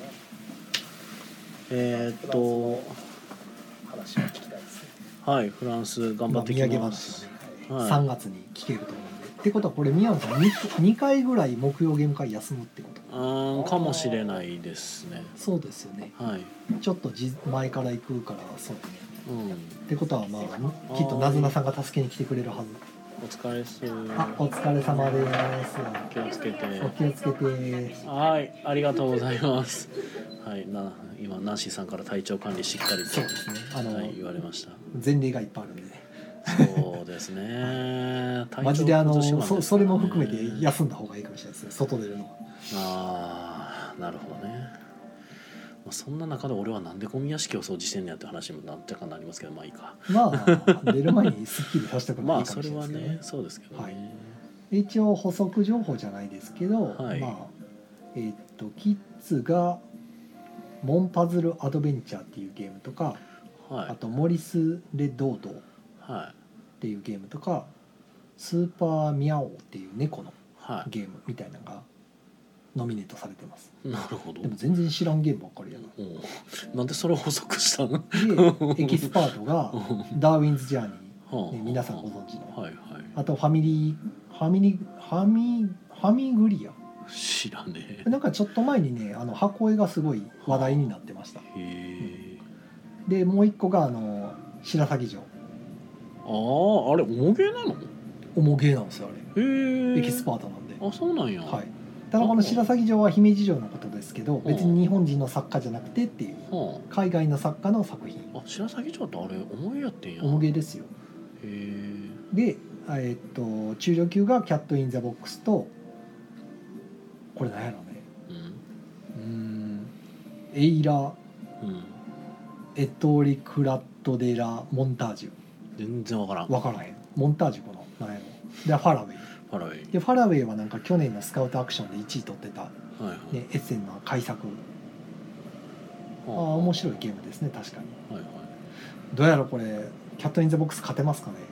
えー、っと
話を聞きたいですね。
はいフランス頑張ってきます。
まあ、ねはい、さんがつに聞けると思うんで。ってことはこれ宮野さん 2, にかいぐらい木曜ゲーム会休むってこと？
あかもしれないですね。
そうですよね。はい。ちょっとじ前から行くからそうね。うん。ってことはまあきっとなずなさんが助けに来てくれるはず。
お疲れっす。
あ、お疲れ様です。
気をつけて。
お気をつけて。
はい、ありがとうございます。はい、な今ナンシーさんから体調管理しっかりと
そうですね。あの、はい、
言われました。
前例がいっぱいあるんでね。
そうですね。
マジであの、ね、そそれも含めて休んだ方がいいかもしれないですね。外出るのは。
ああ、なるほどね。そんな中で俺はなんでゴミ屋敷を掃除してんねやって話もなんてかなりますけどまあいいか。
まあ出る前にスッキリさせてくればいいかもしれないですけど、ね。まあそれはね
そうですけどね。はい、
一応補足情報じゃないですけど、はい、まあえー、っとキッズがモンパズルアドベンチャーっていうゲームとか、はい、あとモリス・レドードっていうゲームとか、スーパーミャオっていう猫のゲームみたいなのがノミネートされてます。
なるほど。
でも全然知らんゲームばっかりやな。
なんでそれを補足したの？
でエキスパートがダーウィンズ・ジャーニー、ね、皆さんご存知の、はいはい、あとファミリーファミリーファミファミグリア
知らね
え。なんかちょっと前にねあの箱絵がすごい話題になってました。へ
え、
うん。でもう一個があの白鷺城。
ああ、あれ重ゲーなの？
重ゲーなんですよあれ。
へえ。
エキスパートなんで。
あ、そうなんや。
はい。ただこの白鷺城は姫路城のことですけど別に日本人の作家じゃなくてっていう海外の作家の作品。
あ、白鷺城ってあれ重いやってんや。
重ゲーですよ。
へえ。
で、えー、っと中量級がキャット・イン・ザ・ボックスとこれ何やろうね。うん。うーん。エイラ、うん、エトリ・クラット・デ・ラ・モンタージュ。
全然わからん。
わからへん。モンタージュこの何やろ。でファラウェイ。
ファラウェイ
でファラウェイはなんか去年のスカウトアクションでいちい取ってた、
はいはい
ね、エッセンの改作、ああ面白いゲームですね確かに、はいはい、どうやろこれキャットインザボックス勝てますかね。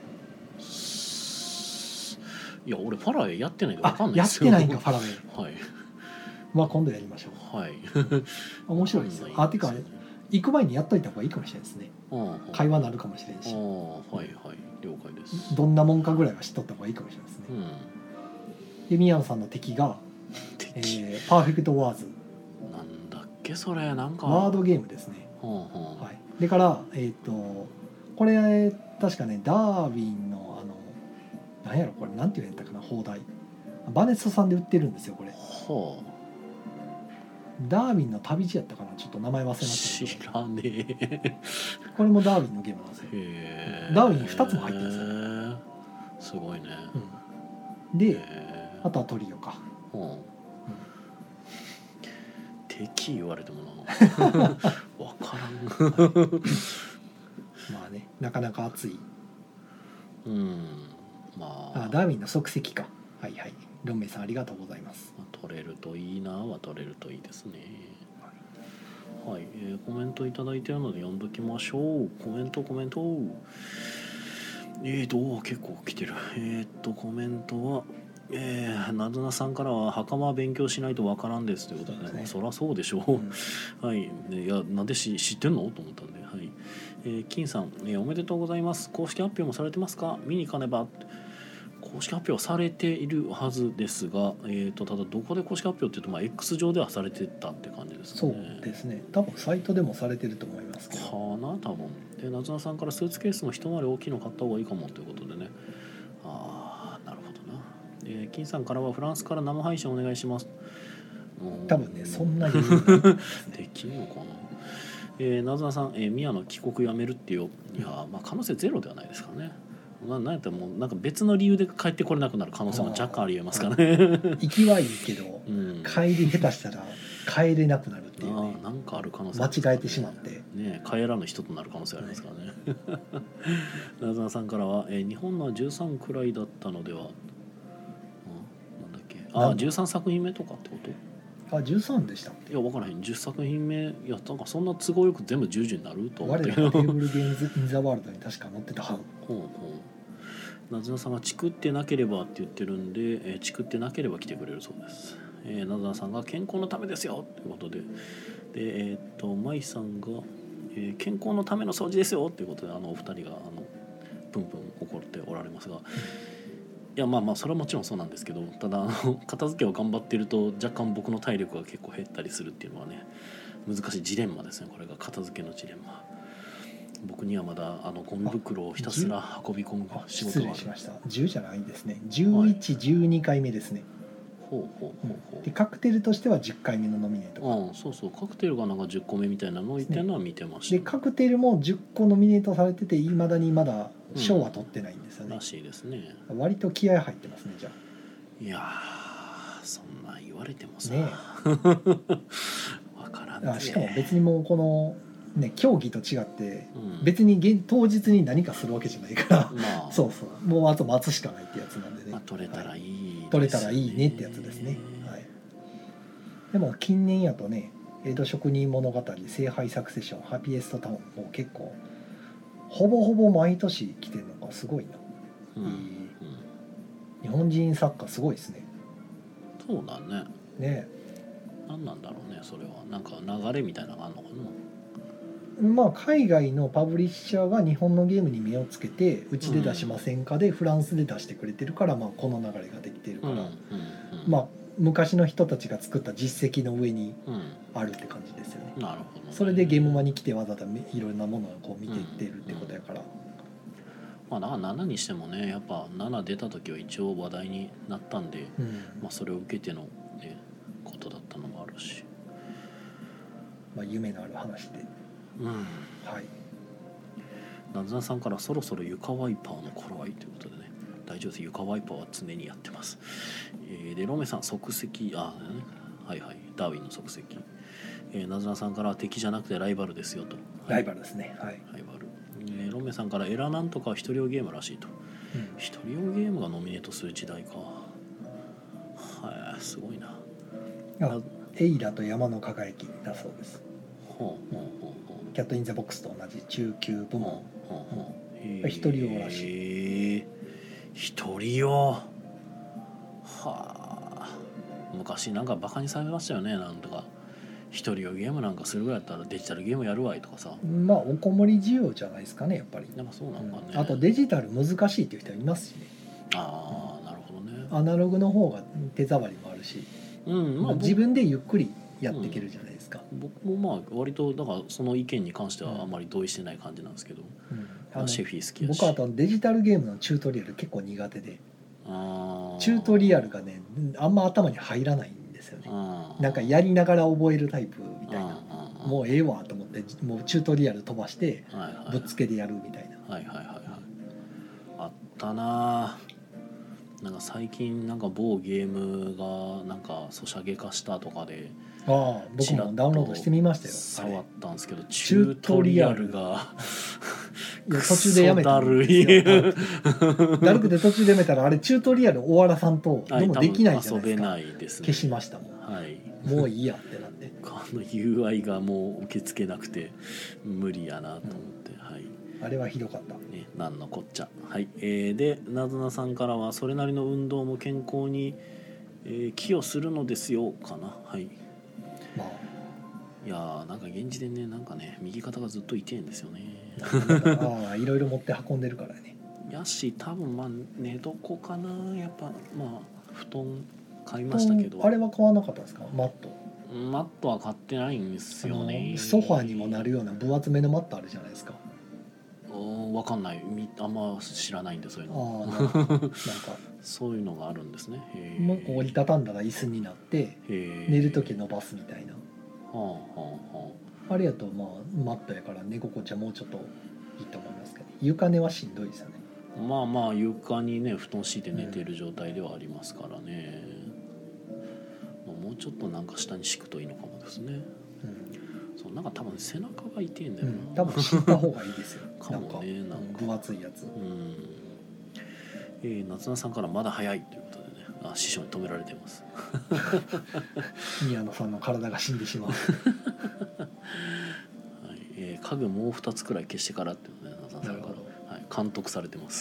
いや俺ファラウェイやってないから分かんないです
よ。やってないんかファラウェイ。
はい。
まあ今度やりましょう。はい。面白いですよ。あてか行く前にやっといた方がいいかもしれないですね。会話になるかもしれんし。あ
あはいはい了解です。
どんなもんかぐらいは知っとった方がいいかもしれないですね。うん、で宮野さんの敵が敵、えー、パーフェクトワーズ。
なんだっけそれなんか。
ワードゲームですね。はあはあ、はい。でからえっ、ー、とこれ確かねダーウィンのなんやろこれなんて言うんやったかな放題バネストさんで売ってるんですよこれ、はあ、ダーウィンの旅路やったかなちょっと名前忘れました
けど知らねえ
これもダーウィンのゲームなんですよ。へダーウィンふたつも入ってるんですよ。
すごいね、
うん、であとはトリオか、はあうん、
敵言われてもな分からん
まあねなかなか熱い。
うん
まあ、あダーウィンの足跡か。はいはい。ロンメイさんありがとうございます。
取れるといいなは取れるといいですね。はい、はいえー、コメントいただいているので読んどきましょう。コメントコメント。えーと結構来てる。えーとコメントは。えー、なずなさんからは袴は勉強しないとわからんですということで、ね、ねそりゃそうでしょう、うん、はい、ね、いやなんでし知ってんのと思ったんで、はいえー、金さん、えー、おめでとうございます。公式発表もされてますか。見に行かねば。公式発表はされているはずですが、えー、とただどこで公式発表っていうと、まあ、X 上ではされてたって感じですね。
そうですね多分サイトでもされてると思いますけど
かな多分でなずなさんからスーツケースも一回り大きいの買った方がいいかもということでね。ああなるほどな。えー、金さんからはフランスから生配信お願いします。
多分ねそんなに
できるのかな。えー、なずなさん、えー、宮の帰国やめるっていういやまあ可能性ゼロではないですかね。ななんやったらもうなんか別の理由で帰ってこれなくなる可能性も若干ありえますからね。
行きはいいけど、うん、帰り下手したら帰れなくなるっていうね。
あなんかある可能性、
ね、間違えてしまって
ね帰らぬ人となる可能性ありますからね。なずなさんからは、えー、日本のはじゅうさんくらいだったのでは、うん、なんだっけあじゅうさんさく品目とかってこと。
あじゅうさんでしたっけ。
いや分からへんじゅっさく品目やったんかそんな都合よく全部じゅうじになると思って
我らテーブルゲームズインザワールドに確か載ってたはず。ほうほ
うなずなさんがチクってなければって言ってるんで、えー、チクってなければ来てくれるそうです。えー、なずなさんが健康のためですよということででえー、っとまいさんが、えー、健康のための掃除ですよということであのお二人があのプンプン怒っておられますが。いやまあまあそれはもちろんそうなんですけどただあの片付けを頑張っていると若干僕の体力が結構減ったりするっていうのはね難しいジレンマですね。これが片付けのジレンマ。僕にはまだあのゴミ袋をひたすら運び込む仕事がある。
失礼しました。じゅうじゃないんですね。じゅういち、じゅうにかいめですね。
ほうほうほうほう。
でカクテルとしてはじゅっかいめのノミネート。
うんそうそうカクテルがなんかじゅっこめみたいなのを言ってるのは見てました。
でカクテルもじゅっこノミネートされてていまだにまだ賞は取ってないんですよね。
うん、らしいですね。
割と気合入ってますねじゃ
あ。いやそんな言われてもさ。
ね
わからんね。
しかも別にもうこの。ね、競技と違って別に現当日に何かするわけじゃないから、まあ、そうそうもうあと待つしかないってやつなんでね、
まあ、取れたらいい、ねはい、
取れたらいいねってやつですね、はい、でも近年やとね江戸職人物語聖杯サクセションハピエストタウンもう結構ほぼほぼ毎年来てるのがすごいな、うんうん、日本人作家すごいですね。
そうだね。
ね
何なんだろうねそれはなんか流れみたいなのがあるのかな。
まあ、海外のパブリッシャーが日本のゲームに目をつけてうちで出しませんかでフランスで出してくれてるから、まあ、この流れができてるから、うんうんうんまあ、昔の人たちが作った実績の上にあるって感じですよね、
うん、なるほどね。
それでゲームマに来てわざわざいろんなものをこう見ていってるってことやから、うんうん
まあ、だからななにしてもねやっぱなな出た時は一応話題になったんで、うんまあ、それを受けての、ね、ことだったのもあるし、
まあ、夢のある話で
うん、
はい。
なずなさんからそろそろ床ワイパーの頃合いということでね大丈夫です。床ワイパーは常にやってます、えー、でロメさん即席あ、ね、はいはいダーウィンの即席、えー、なずなさんから敵じゃなくてライバルですよと、はい、
ライバルですねはい
ライバル、えー、ロメさんからエラなんとかは一人用ゲームらしいと、うん、一人用ゲームがノミネートする時代かすごいな。
あエイラと山の輝きだそうです。
ほうほうほうほう。
キャットインザボックスと同じ中級部門。ほうほうほう。一人用らしい。
一人用。はあ。昔なんかバカにされましたよね。なんとか一人用ゲームなんかするぐらいだったらデジタルゲームやるわいとかさ。
まあおこもり需要じゃないですかねやっぱり。
やっぱそうなんかね、
うん。あとデジタル難しいっていう人いますしね。
ああ、なるほどね。
アナログの方が手触りもあるし、
うんまあ、
自分でゆっくりやっていけるじゃないですか。
うん、僕もまあ割とだからその意見に関してはあまり同意してない感じなんですけど、うん、あのシェフィー好きやし。
僕はあとデジタルゲームのチュートリアル結構苦手で、
あ
チュートリアルがねあんま頭に入らないんですよね。なんかやりながら覚えるタイプみたいな、もうええわと思ってもうチュートリアル飛ばしてぶっつけでやるみたいな。
はいはいはいはい。あったな。なんか最近なんか某ゲームがなんかソシャゲ化したとかで、
ああ僕もダウンロードしてみましたよ。
触ったんですけどチュートリアルが
いや途中でやめたんですよ。だるくて途中でやめたらあれチュートリアル終わらさんとどうもできないじゃないですか。
遊べないですね。
消しましたもん。はい。もういいやってなって。
あの ユーアイ がもう受け付けなくて無理やなと思って、うん、はい。
あれはひどかった、
ね、なんのこっちゃ。はい、えー、でなずなさんからはそれなりの運動も健康に、えー、寄与するのですよかな。はい、まあ、いやーなんか現時点でなんかね右肩がずっと痛いんですよね。
ああいろいろ持って運んでるからね。
やし多分まあ寝床かな。やっぱまあ布団買いましたけど、
あれは買わなかったんですか。マット
マットは買ってないんですよね。
ソファーにもなるような分厚めのマットあるじゃないですか。
わかんない、あんま知らないんでそういうの。
あなんか
そういうのがあるんですね。
もう折りたたんだら椅子になって寝るとき伸ばすみたいな。はあはあはあ。あれやとまあマットやから寝心地はもうちょっといいと思いますけど、床寝はしんどいですよね。
まあまあ床にね布団敷いて寝てる状態ではありますからね、うん、もうちょっとなんか下に敷くといいのかもですね。そうなんか多分背中が痛いんだよな、うん、
多分敷いた方がいいですよ。
かもね。なんか
分厚いやつ。うん、
えー、夏菜さんからまだ早いということでね、あ師匠に止められています。
宮野さんの体が死んでしまう。はい、
えー、家具もうふたつくらい消してからっていうのね夏菜さんから、はい、監督されてます。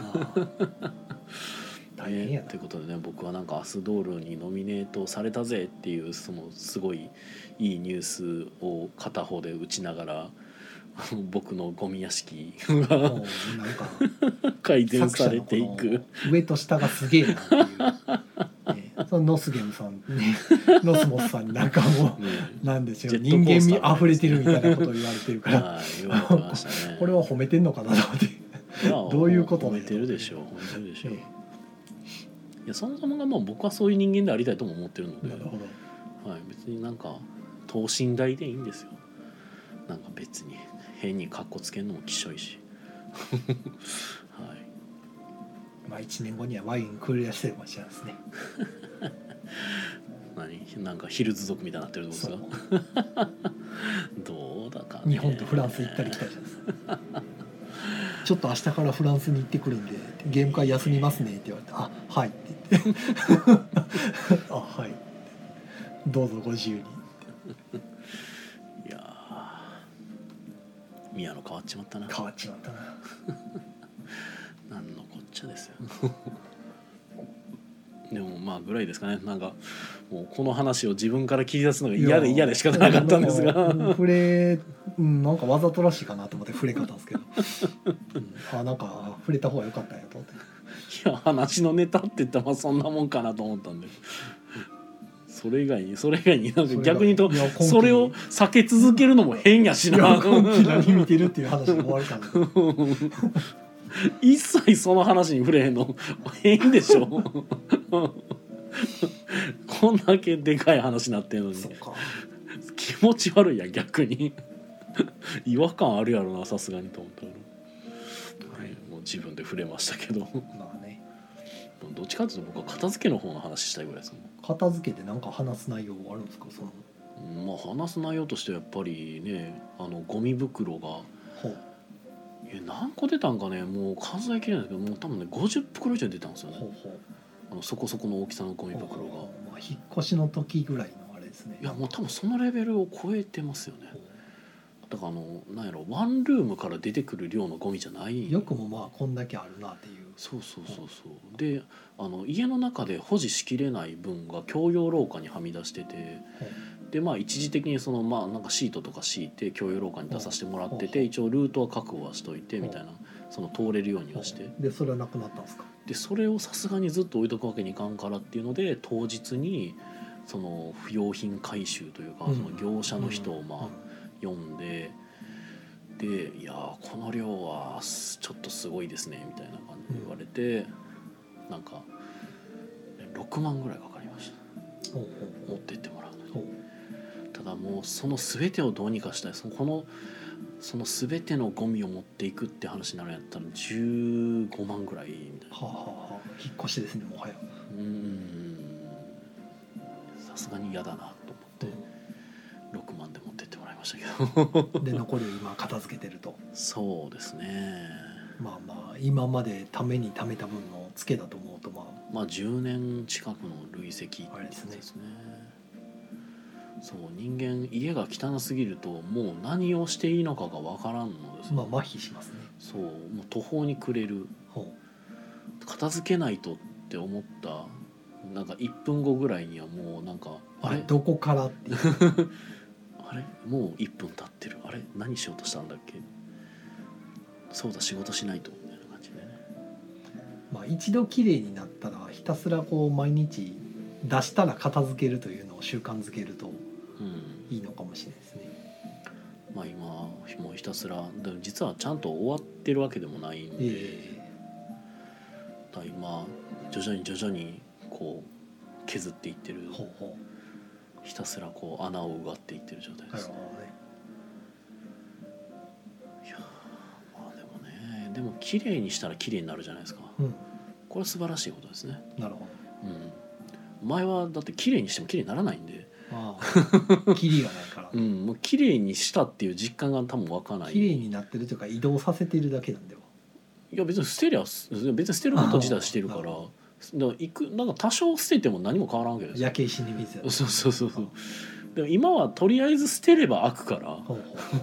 大変やな、えー、ということでね僕はなんかアスドールにノミネートされたぜっていうそのすごいいいニュースを片方で打ちながら僕のゴミ屋敷がなんか改善されていく。
上と下がすげえなっていう、ね、そのノスゲムさんねノスモスさんになんかもう、ね、なんでしょう人間味あふれてるみたいなことを言われてるから言われてましたね。これは褒めてんのかなと思ってどういうこと
褒めてるでしょう褒めてるでしょう、ね。いやそもそもがもう僕はそういう人間でありたいとも思ってるので、なるほど、はい、別になんか等身大でいいんですよ。なんか別に変にカッコつけるのもきしょいし、はい、
まあいちねんごにはワインクールやしてるかもしれないですね。
何なんかヒルズ族みたいになってるんですか。どうだかね。
日本とフランス行ったり来たりじゃないですか。ちょっと明日からフランスに行ってくるんでゲーム会休みますねって言われて、あはいって言ってあはいどうぞご自由に。
いや宮野変わっちまったな。
変わっちまったな。
なんのこっちゃですよ。でもまあぐらいですかね。なんかもうこの話を自分から切り出すのが嫌で嫌で仕方なかったんですが、
触れ、うん、なんかわざとらしいかなと思って触れ方ですけど、うん、あなんか触れた方が良かったんやと思って。
いや話のネタって言ったらまあそんなもんかなと思ったんで、それ以外にそれ以外になんか逆に言うと そ, それを避け続けるのも変やしな。いや
今期何見てるっていう話が終わるかな。
一切その話に触れへんの変でしょ。こんだけでかい話になってんのに。そうか気持ち悪いや逆に。違和感あるやろなさすがにと思ったら、はい、もう自分で触れましたけど。まあね、どっちかというと僕は片付けの方の話したいぐらいですもん。
片付けて何か話す内容あるんですか。その
まあ話す内容としてはやっぱりねあのゴミ袋がえ何個出たんかねもう数えきれないけどもう多分ねごじゅっ袋以上出たんですよね。ほうほうあのそこそこの大きさのゴミ袋が、ま
あ、引っ越しの時ぐらいのあれですね。
いやもう多分そのレベルを超えてますよね。だからあのなんやろワンルームから出てくる量のゴミじゃない。
よくもまあこんだけあるなっていう。
そうそうそうそうであの家の中で保持しきれない分が共用廊下にはみ出してて、でまあ一時的にそのまあなんかシートとか敷いて共用廊下に出させてもらってて、一応ルートは確保はしといてみたいな、その通れるようにはして、
でそれはなくなったんですか。
でそれをさすがにずっと置いとくわけにいかんからっていうので、当日にその不用品回収というか、その業者の人をまあ呼んで、でいやこの量はちょっとすごいですねみたいな感じで言われて、なんかろくまんぐらいかかりました、持ってってもらうのに。ただもうその全てをどうにかしたい、そのこのその全てのゴミを持っていくって話になるんやったらじゅうごまんぐらいみたいな。
はあはあ、引っ越しですねもはや。
うーんさすがに嫌だなと思って、ろくまんで持ってってもらいましたけど
で残りを今片付けてると。
そうですね。
まあまあ今までために貯めた分のツケだと思うと、まあ
まあじゅうねん近くの累積
あれですね。
そう人間家が汚すぎるともう何をしていいのかがわからんのです、
まあ麻痺しますね。
そうもう途方に暮れる。片付けないとって思ったなんかいっぷんごぐらいにはもうなんか
あれどこからっていう
あれもういっぷん経ってる、あれ何しようとしたんだっけ、そうだ仕事しないとみたいな感じでね。
まあ一度きれいになったらひたすらこう毎日出したら片付けるというのを習慣づけるといいのかもしれないですね。
うん、まあ今もうひたすらでも実はちゃんと終わってるわけでもないんで、えー、だ今徐々に徐々にこう削っていってる、ほうほうひたすらこう穴をうがっていってる状態です、ね。いやまあでもね、でも綺麗にしたら綺麗になるじゃないですか、うん、これは素晴らしいことですね。
なるほど、
うん、前はだって綺麗にしても綺麗にならないんで、
ああキリがないから
うん、もう綺麗にしたっていう実感が多分湧かない。
綺麗になってるというか移動させているだけなんでは。
いや別に捨てりゃ別に捨てること自体してるから、だからいくなんか多少捨てても何も変わらんわけですよ。
焼け石に水や。
そうそうそうそう。でも今はとりあえず捨てれば開くから。はい。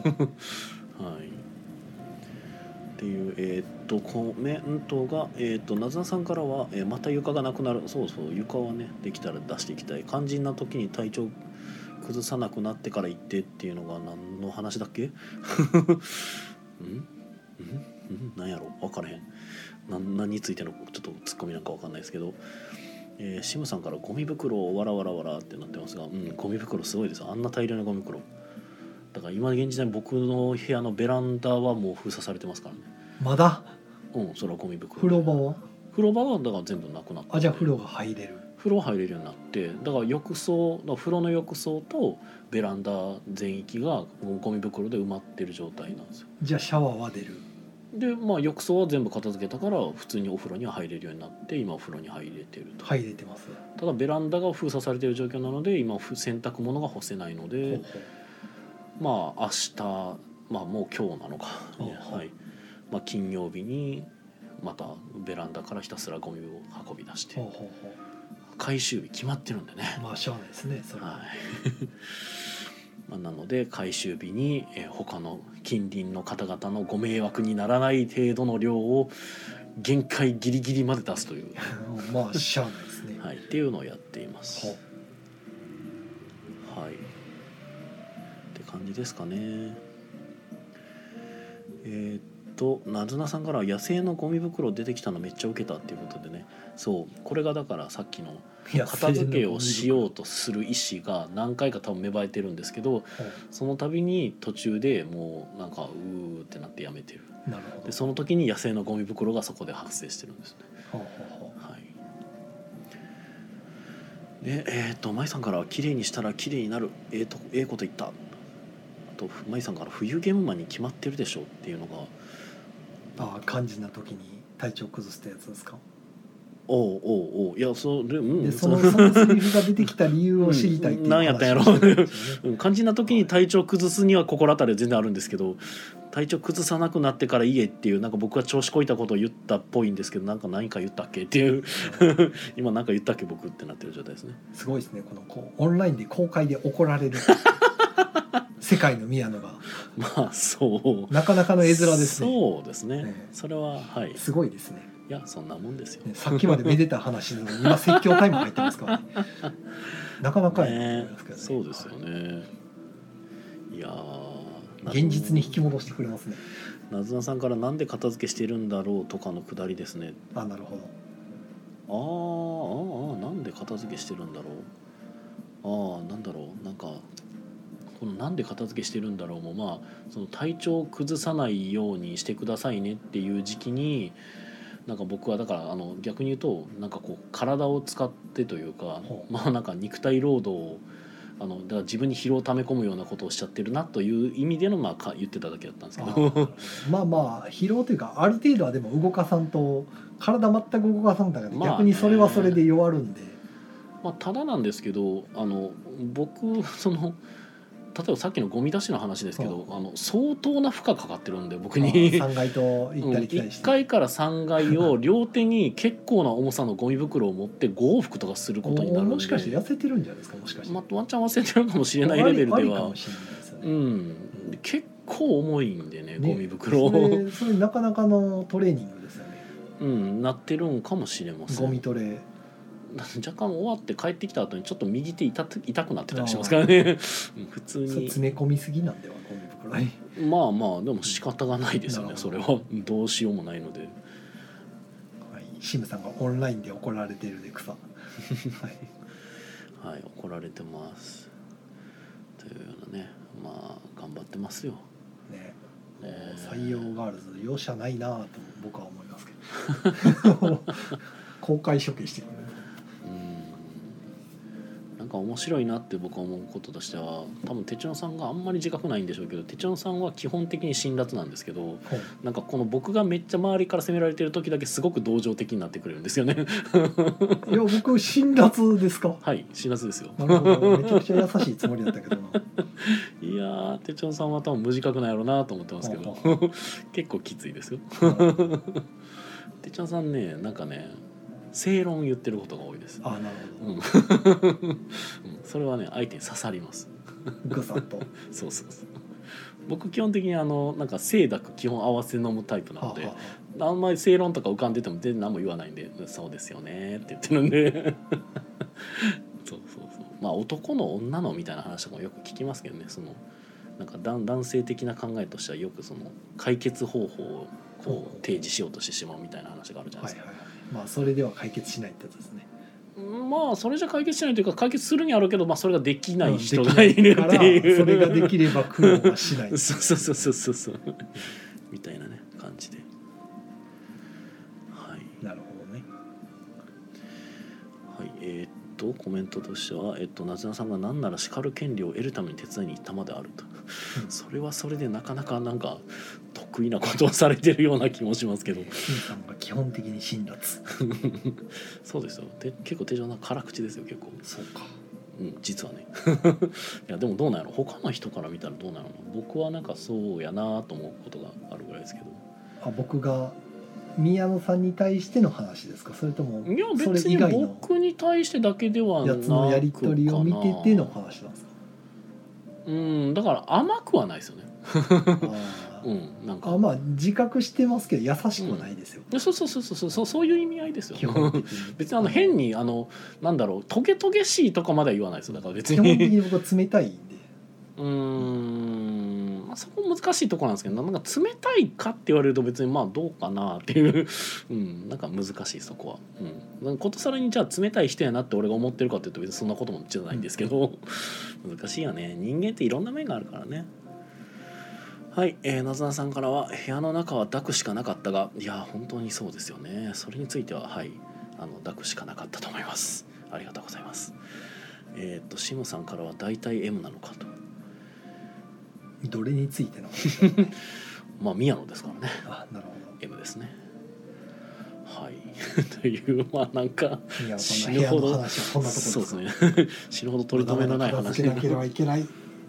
っていうえー、っとコメントがえー、っとなずなさんからは、えー、また床がなくなる。そうそう床はねできたら出していきたい。肝心な時に体調崩さなくなってから行ってっていうのが何の話だっけ？うんうんうんなんやろ分からへん。何, 何についてのちょっとツッコミなんか分かんないですけど、えー、シムさんからゴミ袋をわらわらわらってなってますが、うんゴミ袋すごいです。あんな大量のゴミ袋だから今現時点僕の部屋のベランダはもう封鎖されてますからね。
まだ？
うんそれはゴミ袋。
風呂場は？
風呂場はだから全部なくなって。
あじゃあ風呂が入れる。
風呂入れるようになって、だから浴槽の風呂の浴槽とベランダ全域がゴミ袋で埋まってる状態なんですよ。
じゃあシャワーは出る。
でまあ浴槽は全部片付けたから普通にお風呂には入れるようになって今お風呂に入れてると。
入れてます。
ただベランダが封鎖されている状況なので今洗濯物が干せないので、ほうほうまあ明日まあもう今日なのか、ねはいまあ、金曜日にまたベランダからひたすらゴミを運び出して。ほうほうほう回収日決まってるんでね。
まあしゃあないですねそれは、はい
まあ、なので回収日に、えー、他の近隣の方々のご迷惑にならない程度の量を限界ギリギリまで出すという
まあしゃあないですね、
はい、っていうのをやっています。はいって感じですかね。えー、っとなずなさんからは野生のゴミ袋出てきたのめっちゃウケたっていうことでね、そうこれがだからさっきの片付けをしようとする意思が何回か多分芽生えてるんですけど、その度に途中でもうなんかうーってなってやめてる。
なるほど。
でその時に野生のゴミ袋がそこで発生してるんですね。はあはあ、はい。でえっ、ー、と舞さんからは綺麗にしたら綺麗になるええー、とええこと言った。あと舞さんから冬ゲームマンに決まってるでしょっていうのが、
ああ肝心な時に体調崩したやつですか。
おうおうおういやそれ、うん、
でそのそのセリフが出てきた理由を知りたいっていう、
うん、何やったんやろ肝心な時に体調崩すには心当たりは全然あるんですけど、 体調崩さなくなってから家っていうなんか僕が調子こいたことを言ったっぽいんですけどなんか何か言ったっけっていう今何か言ったっけ僕ってなってる状態ですね。
すごいですねこのこうオンラインで公開で怒られる世界の宮野が
まあそう
なかなかの絵面ですね。
そうですね、
ね
それははい
すごいですね。
いやそんなもんですよ、
ね、さっきまでめでた話なのに今説教タイム入ってますからねなかなかや
ね
と思いますけどね。
そうですよね。いや
現実に引き戻してくれますね。
なずなさんからなんで片付けしてるんだろうとかのくだりですね。
あなるほ
ど。あーあーあーなんで片付けしてるんだろう。ああなんだろうなんかこのなんで片付けしてるんだろうもまあその体調を崩さないようにしてくださいねっていう時期になんか僕はだからあの逆に言うとなんかこう体を使ってというかまあなんか肉体労働をあのだから自分に疲労を溜め込むようなことをしちゃってるなという意味でのまあか言ってただけだったんですけど
まあまあ疲労というかある程度はでも動かさんと体全く動かさんだから、ね、逆にそれはそれで弱るんで、
まあ、ただなんですけどあの僕その例えばさっきのゴミ出しの話ですけど、あの相当な負荷かかってるんで僕に
さんがいと行ったり来たりして、
いっかいからさんがいを両手に結構な重さのゴミ袋を持ってご往復とかすることになるんで
もしかして痩せてるんじゃないですかもしかして、
ま、ワンチャン忘れてるかもしれないレベルでは、
ありかもしれないですよね、
うん、結構重いんでねゴミ袋
ね、それそれなかなかのトレーニングですよね。
うんなってるんかもしれません。
ゴミトレ
若干終わって帰ってきた後にちょっと右手 痛, 痛くなってたりしますからね普通に
詰め込みすぎなんではゴミ袋に
まあまあでも仕方がないですよねそれはどうしようもないので、
はい、シムさんがオンラインで怒られてるで草はい、
はい、怒られてますというようなねまあ頑張ってますよ
ね。
ね
採用ガールズ容赦ないなと僕は思いますけど公開処刑してくれる。
なんか面白いなって僕は思うこととしては多分手帳さんがあんまり自覚ないんでしょうけど手帳さんは基本的に辛辣なんですけど、はい、なんかこの僕がめっちゃ周りから責められてる時だけすごく同情的になってくれるんですよね
いや僕辛辣ですか。
はい辛辣ですよ。
なるほどめちゃくちゃ優しいつもりだったけどない
やー手帳さんは多分無自覚なんやろうなと思ってますけど結構きついですよ手帳さんねなんかね正論言ってることが多いです。
あなるほど、
うん、それはね相手に刺さります
ぐさっと
そうそうそう僕基本的にあのなんか清濁基本合わせ飲むタイプなので、はあはあ、あんまり正論とか浮かんでても全然何も言わないんでそうですよねって言ってるんでそうそうそうまあ男の女のみたいな話とかもよく聞きますけどねそのなんか男性的な考えとしてはよくその解決方法をこう提示しようとしてしまうみたいな話があるじゃないですか、はいはいはい
まあそれでは解決しないってやつですね。
まあそれじゃ解決しないというか解決するにあるけど、まあ、それができない人がいるっていう、
それができれば苦労はしない
そうそうそうそうそうみたいなね感じで、はい、
なるほどね。
はいえー、っとコメントとしては、えっと、なずなさんが何なら叱る権利を得るために手伝いに行ったまであるとそれはそれでなかなかなんか得意なことをされてるような気もしますけど
シンさんが基本的に辛辣
そうですよで結構手錠な辛口ですよ結構。
そうか、
うん、実はねいやでもどうなんやろ他の人から見たらどうなの僕はなんかそうやなと思うことがあるぐらいですけど。
あ僕が宮野さんに対しての話ですかそれとも
いや別に僕に対してだけではなく
やつのやり取りを見てての話なんですか。
うんだから甘くはないですよね
あ、うん、なんかあまあ自覚してますけど優しくはないですよ、
うん、そうそうそうそうそうそういう意味合いですよ別にあの変にあのなんだろうトゲトゲしいとかまでは言わないですよだから別に
基本的に僕は冷たいんで
うーん、まあ、そこ難しいところなんですけどなんか冷たいかって言われると別にまあどうかなっていう、うん、なんか難しいそこは、うん、ことさらにじゃあ冷たい人やなって俺が思ってるかっていうと別にそんなこともじゃないんですけど、うん、難しいよね人間っていろんな面があるからね。はい、えー、なずなさんからは部屋の中は抱くしかなかったがいや本当にそうですよねそれについてははいあの抱くしかなかったと思いますありがとうございます。えっとシムさんからは大体 エム なのかと
どれについての
まあ宮野ですからね。
あ、なるほど。
エム ですね。はいというまあなんか
死ぬほどそうですね
死ぬほど取り留めのない話
片付けなければいけない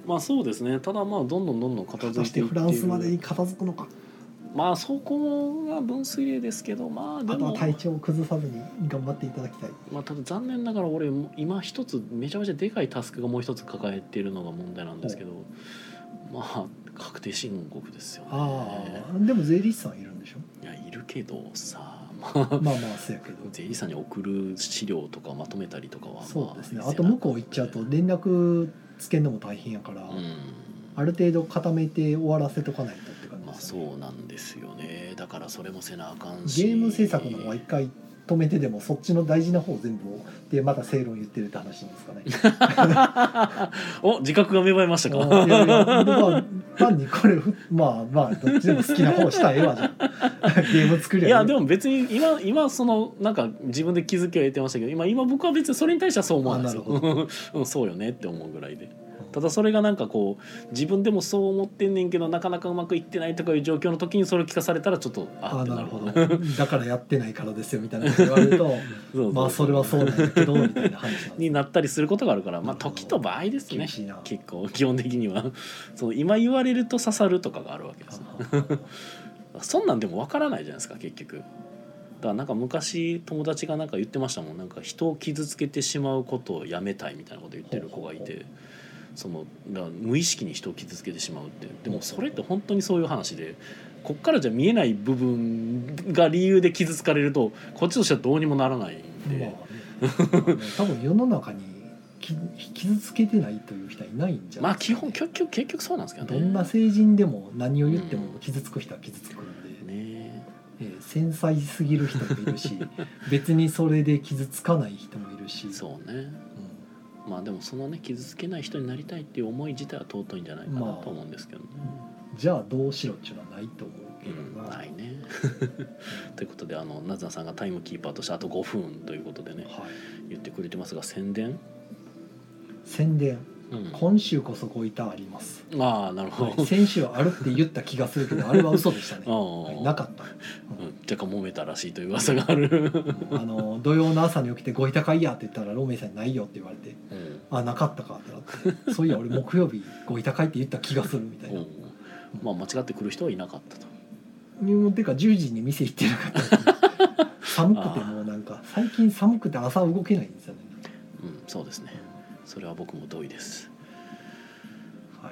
まあそうですね。ただまあどんどんどんどん片付いていって
フランスまでに片付くのか。
まあそこが分水嶺ですけど、まあでも
あとは体調を崩さずに頑張っていただきたい。
まあただ残念ながら俺今一つめちゃめちゃでかいタスクがもう一つ抱えているのが問題なんですけど、まあ確定申告ですよね。
ああ、でも税理士さんいるんでしょ。
いやいるけどさ、ま
あまあまあそうやけど
税理士さんに送る資料とかまとめたりとかは、まあ、
そうですね。あと向こう行っちゃうと連絡つけるのも大変やから、うん、ある程度固めて終わらせとかないとって感じですね。
まあそうなんですよね。だからそれもせなあかんし、
ゲーム制作のは一回止めてでもそっちの大事な方全部でまた正論言ってるって話なんですか
ね。お、自覚が芽生えましたか。
いやいや、まあ単にこれまあまあどっちでも好きな方したらええわじゃん。ゲーム作りゃいい。
いやでも別に今今そのなんか自分で気づきは得てましたけど、今今僕は別にそれに対してはそう思わないですよ。うん、そうよねって思うぐらいで。ただそれがなんかこう自分でもそう思ってんねんけどなかなかうまくいってないとかいう状況の時にそれを聞かされたらちょっとあ
あなるほどだからやってないからですよみたいなこと言われるとそうまあそれはそうなんだけどみたいな話
になったりすることがあるから、まあ時と場合ですね。結構基本的にはその今言われると刺さるとかがあるわけです。そんなんでもわからないじゃないですか結局。だからなんか昔友達がなんか言ってましたもん。なんか人を傷つけてしまうことをやめたいみたいなこと言ってる子がいて。そのだ無意識に人を傷つけてしまうって。でもそれって本当にそういう話で、こっからじゃ見えない部分が理由で傷つかれるとこっちとしてはどうにもならないんで、
まあね、多分世の中に傷つけてないという人はいないんじゃないですか、ね、
まあ基本結局結局そうなんですけどね。
どんな成人でも何を言っても傷つく人は傷つくので、うんねえー、繊細すぎる人もいるし別にそれで傷つかない人もいるし。
そうね、うん、まあでもそのね傷つけない人になりたいっていう思い自体は尊いんじゃないかなと思うんですけどね、ま
あ、じゃあどうしろっていうのはないと思うけどな、
うん、ないねということであのなずなさんがタイムキーパーとしてあとごふんということでね、はい、言ってくれてますが宣伝
宣伝、うん、今週こそご板あります。
ああなるほど、はい、
先週はあるって言った気がするけどあれは嘘でしたねはい、なかった、
うん、若干揉めたらしいという噂がある
あの土曜の朝に起きてご板買いやって言ったらロメイさんにないよって言われて、うん、あなかったかってなってそういや俺木曜日ご板買いって言った気がするみたいな、うん、
まあ間違ってくる人はいなかったと。
てかじゅうじに店行ってなかった寒くてもうなんか最近寒くて朝動けないんですよね。
うんそうですね、それは僕も同意です。
はい、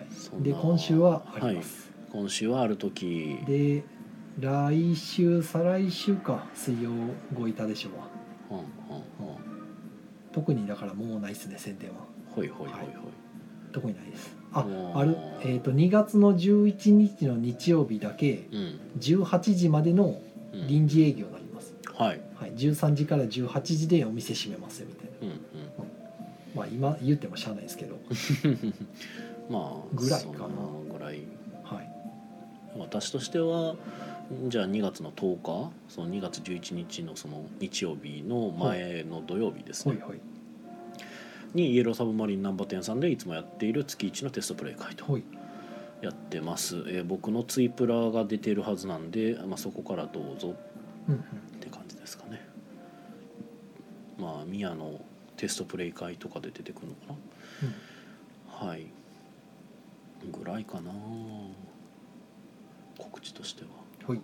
で今週はあります、
はい、今週はある時
で来週再来週か水曜ご板でしょうわ、うんうんうん、特にだからもうないですね宣伝は。
ほいほいほいほい、はい、
特にないです。あある、えー、とにがつのじゅういちにちの日曜日だけじゅうはちじまでの臨時営業になります、
うんはい
はい、じゅうさんじからじゅうはちじでお店閉めますよみたいな、うんうん、まあ今言ってもしゃあないですけど
まあ
ぐらいかな
ぐらい、
はい、
私としてはじゃあにがつのとおかそのにがつじゅういちにちのその日曜日の前の土曜日ですね、はいはいはい、にイエローサブマリン難波店さんでいつもやっている月いちのテストプレイ会とやってます、えー、僕のツイプラが出てるはずなんで、まあ、そこからどうぞって感じですかね、うんうん、まあミヤのテストプレイ会とかで出てくるのかな、うん、はいぐらいかな告知としては。はい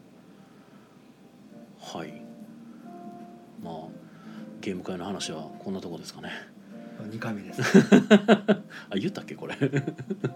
はいまあゲーム会の話はこんなとこですかね。
にかいめです
あ言ったっけこれなんか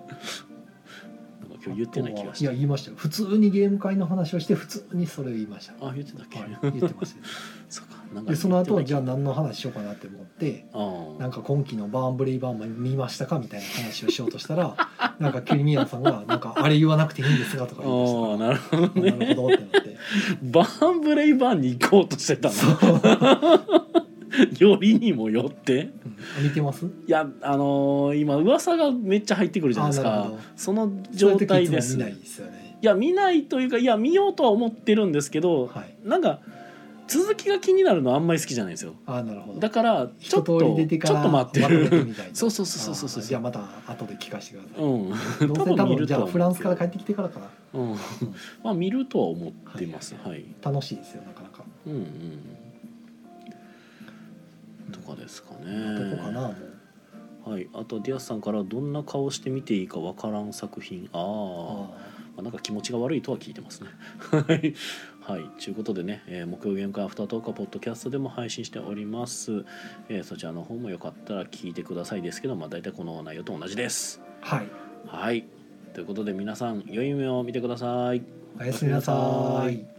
今日言ってない気がして。
いや言いましたよ。普通にゲーム会の話をして普通にそれを言いました。
あ言ってたっけ、はい、
言ってましたそうかなんかでその後はじゃあ何の話しようかなって思ってなんか今期のバーンブレイバーン見ましたかみたいな話をしようとしたらなんかキリミヤさんがなんかあれ言わなくていいんですがとか言いましたから
なるほどね
なるほどってなって
バーンブレイバーンに行こうとしてたのよりにもよって、
うん、見てます？
いやあのー、今噂がめっちゃ入ってくるじゃないですか。その状態です。
そういう時いつも見ないですよね。
いや見ないというかいや見ようとは思ってるんですけど、はい、なんか続きが気になるのはあんまり好きじゃないんですよ。
あなるほど。
だからちょっとちょっと待ってるそうそうそうそうそう
じゃあまた後で聞かせてください。
うん。
どうせ多分じゃあフランスから帰ってきてからかな。
うん。まあ見るとは思ってます。はい。はい、
楽しいですよなかなか。
うんうん。とかですかね。
どこかなもう。
ははい、あとディアスさんからどんな顔して見ていいかわからん作品、ああまあ、なんか気持ちが悪いとは聞いてますねはい、ということでね、えー、木曜ゲーム会アフタートークはポッドキャストでも配信しております、えー、そちらの方もよかったら聞いてくださいですけど、まあ、大体この内容と同じです。
はい、
はい、ということで皆さん良い夢を見てください。
おやすみなさい。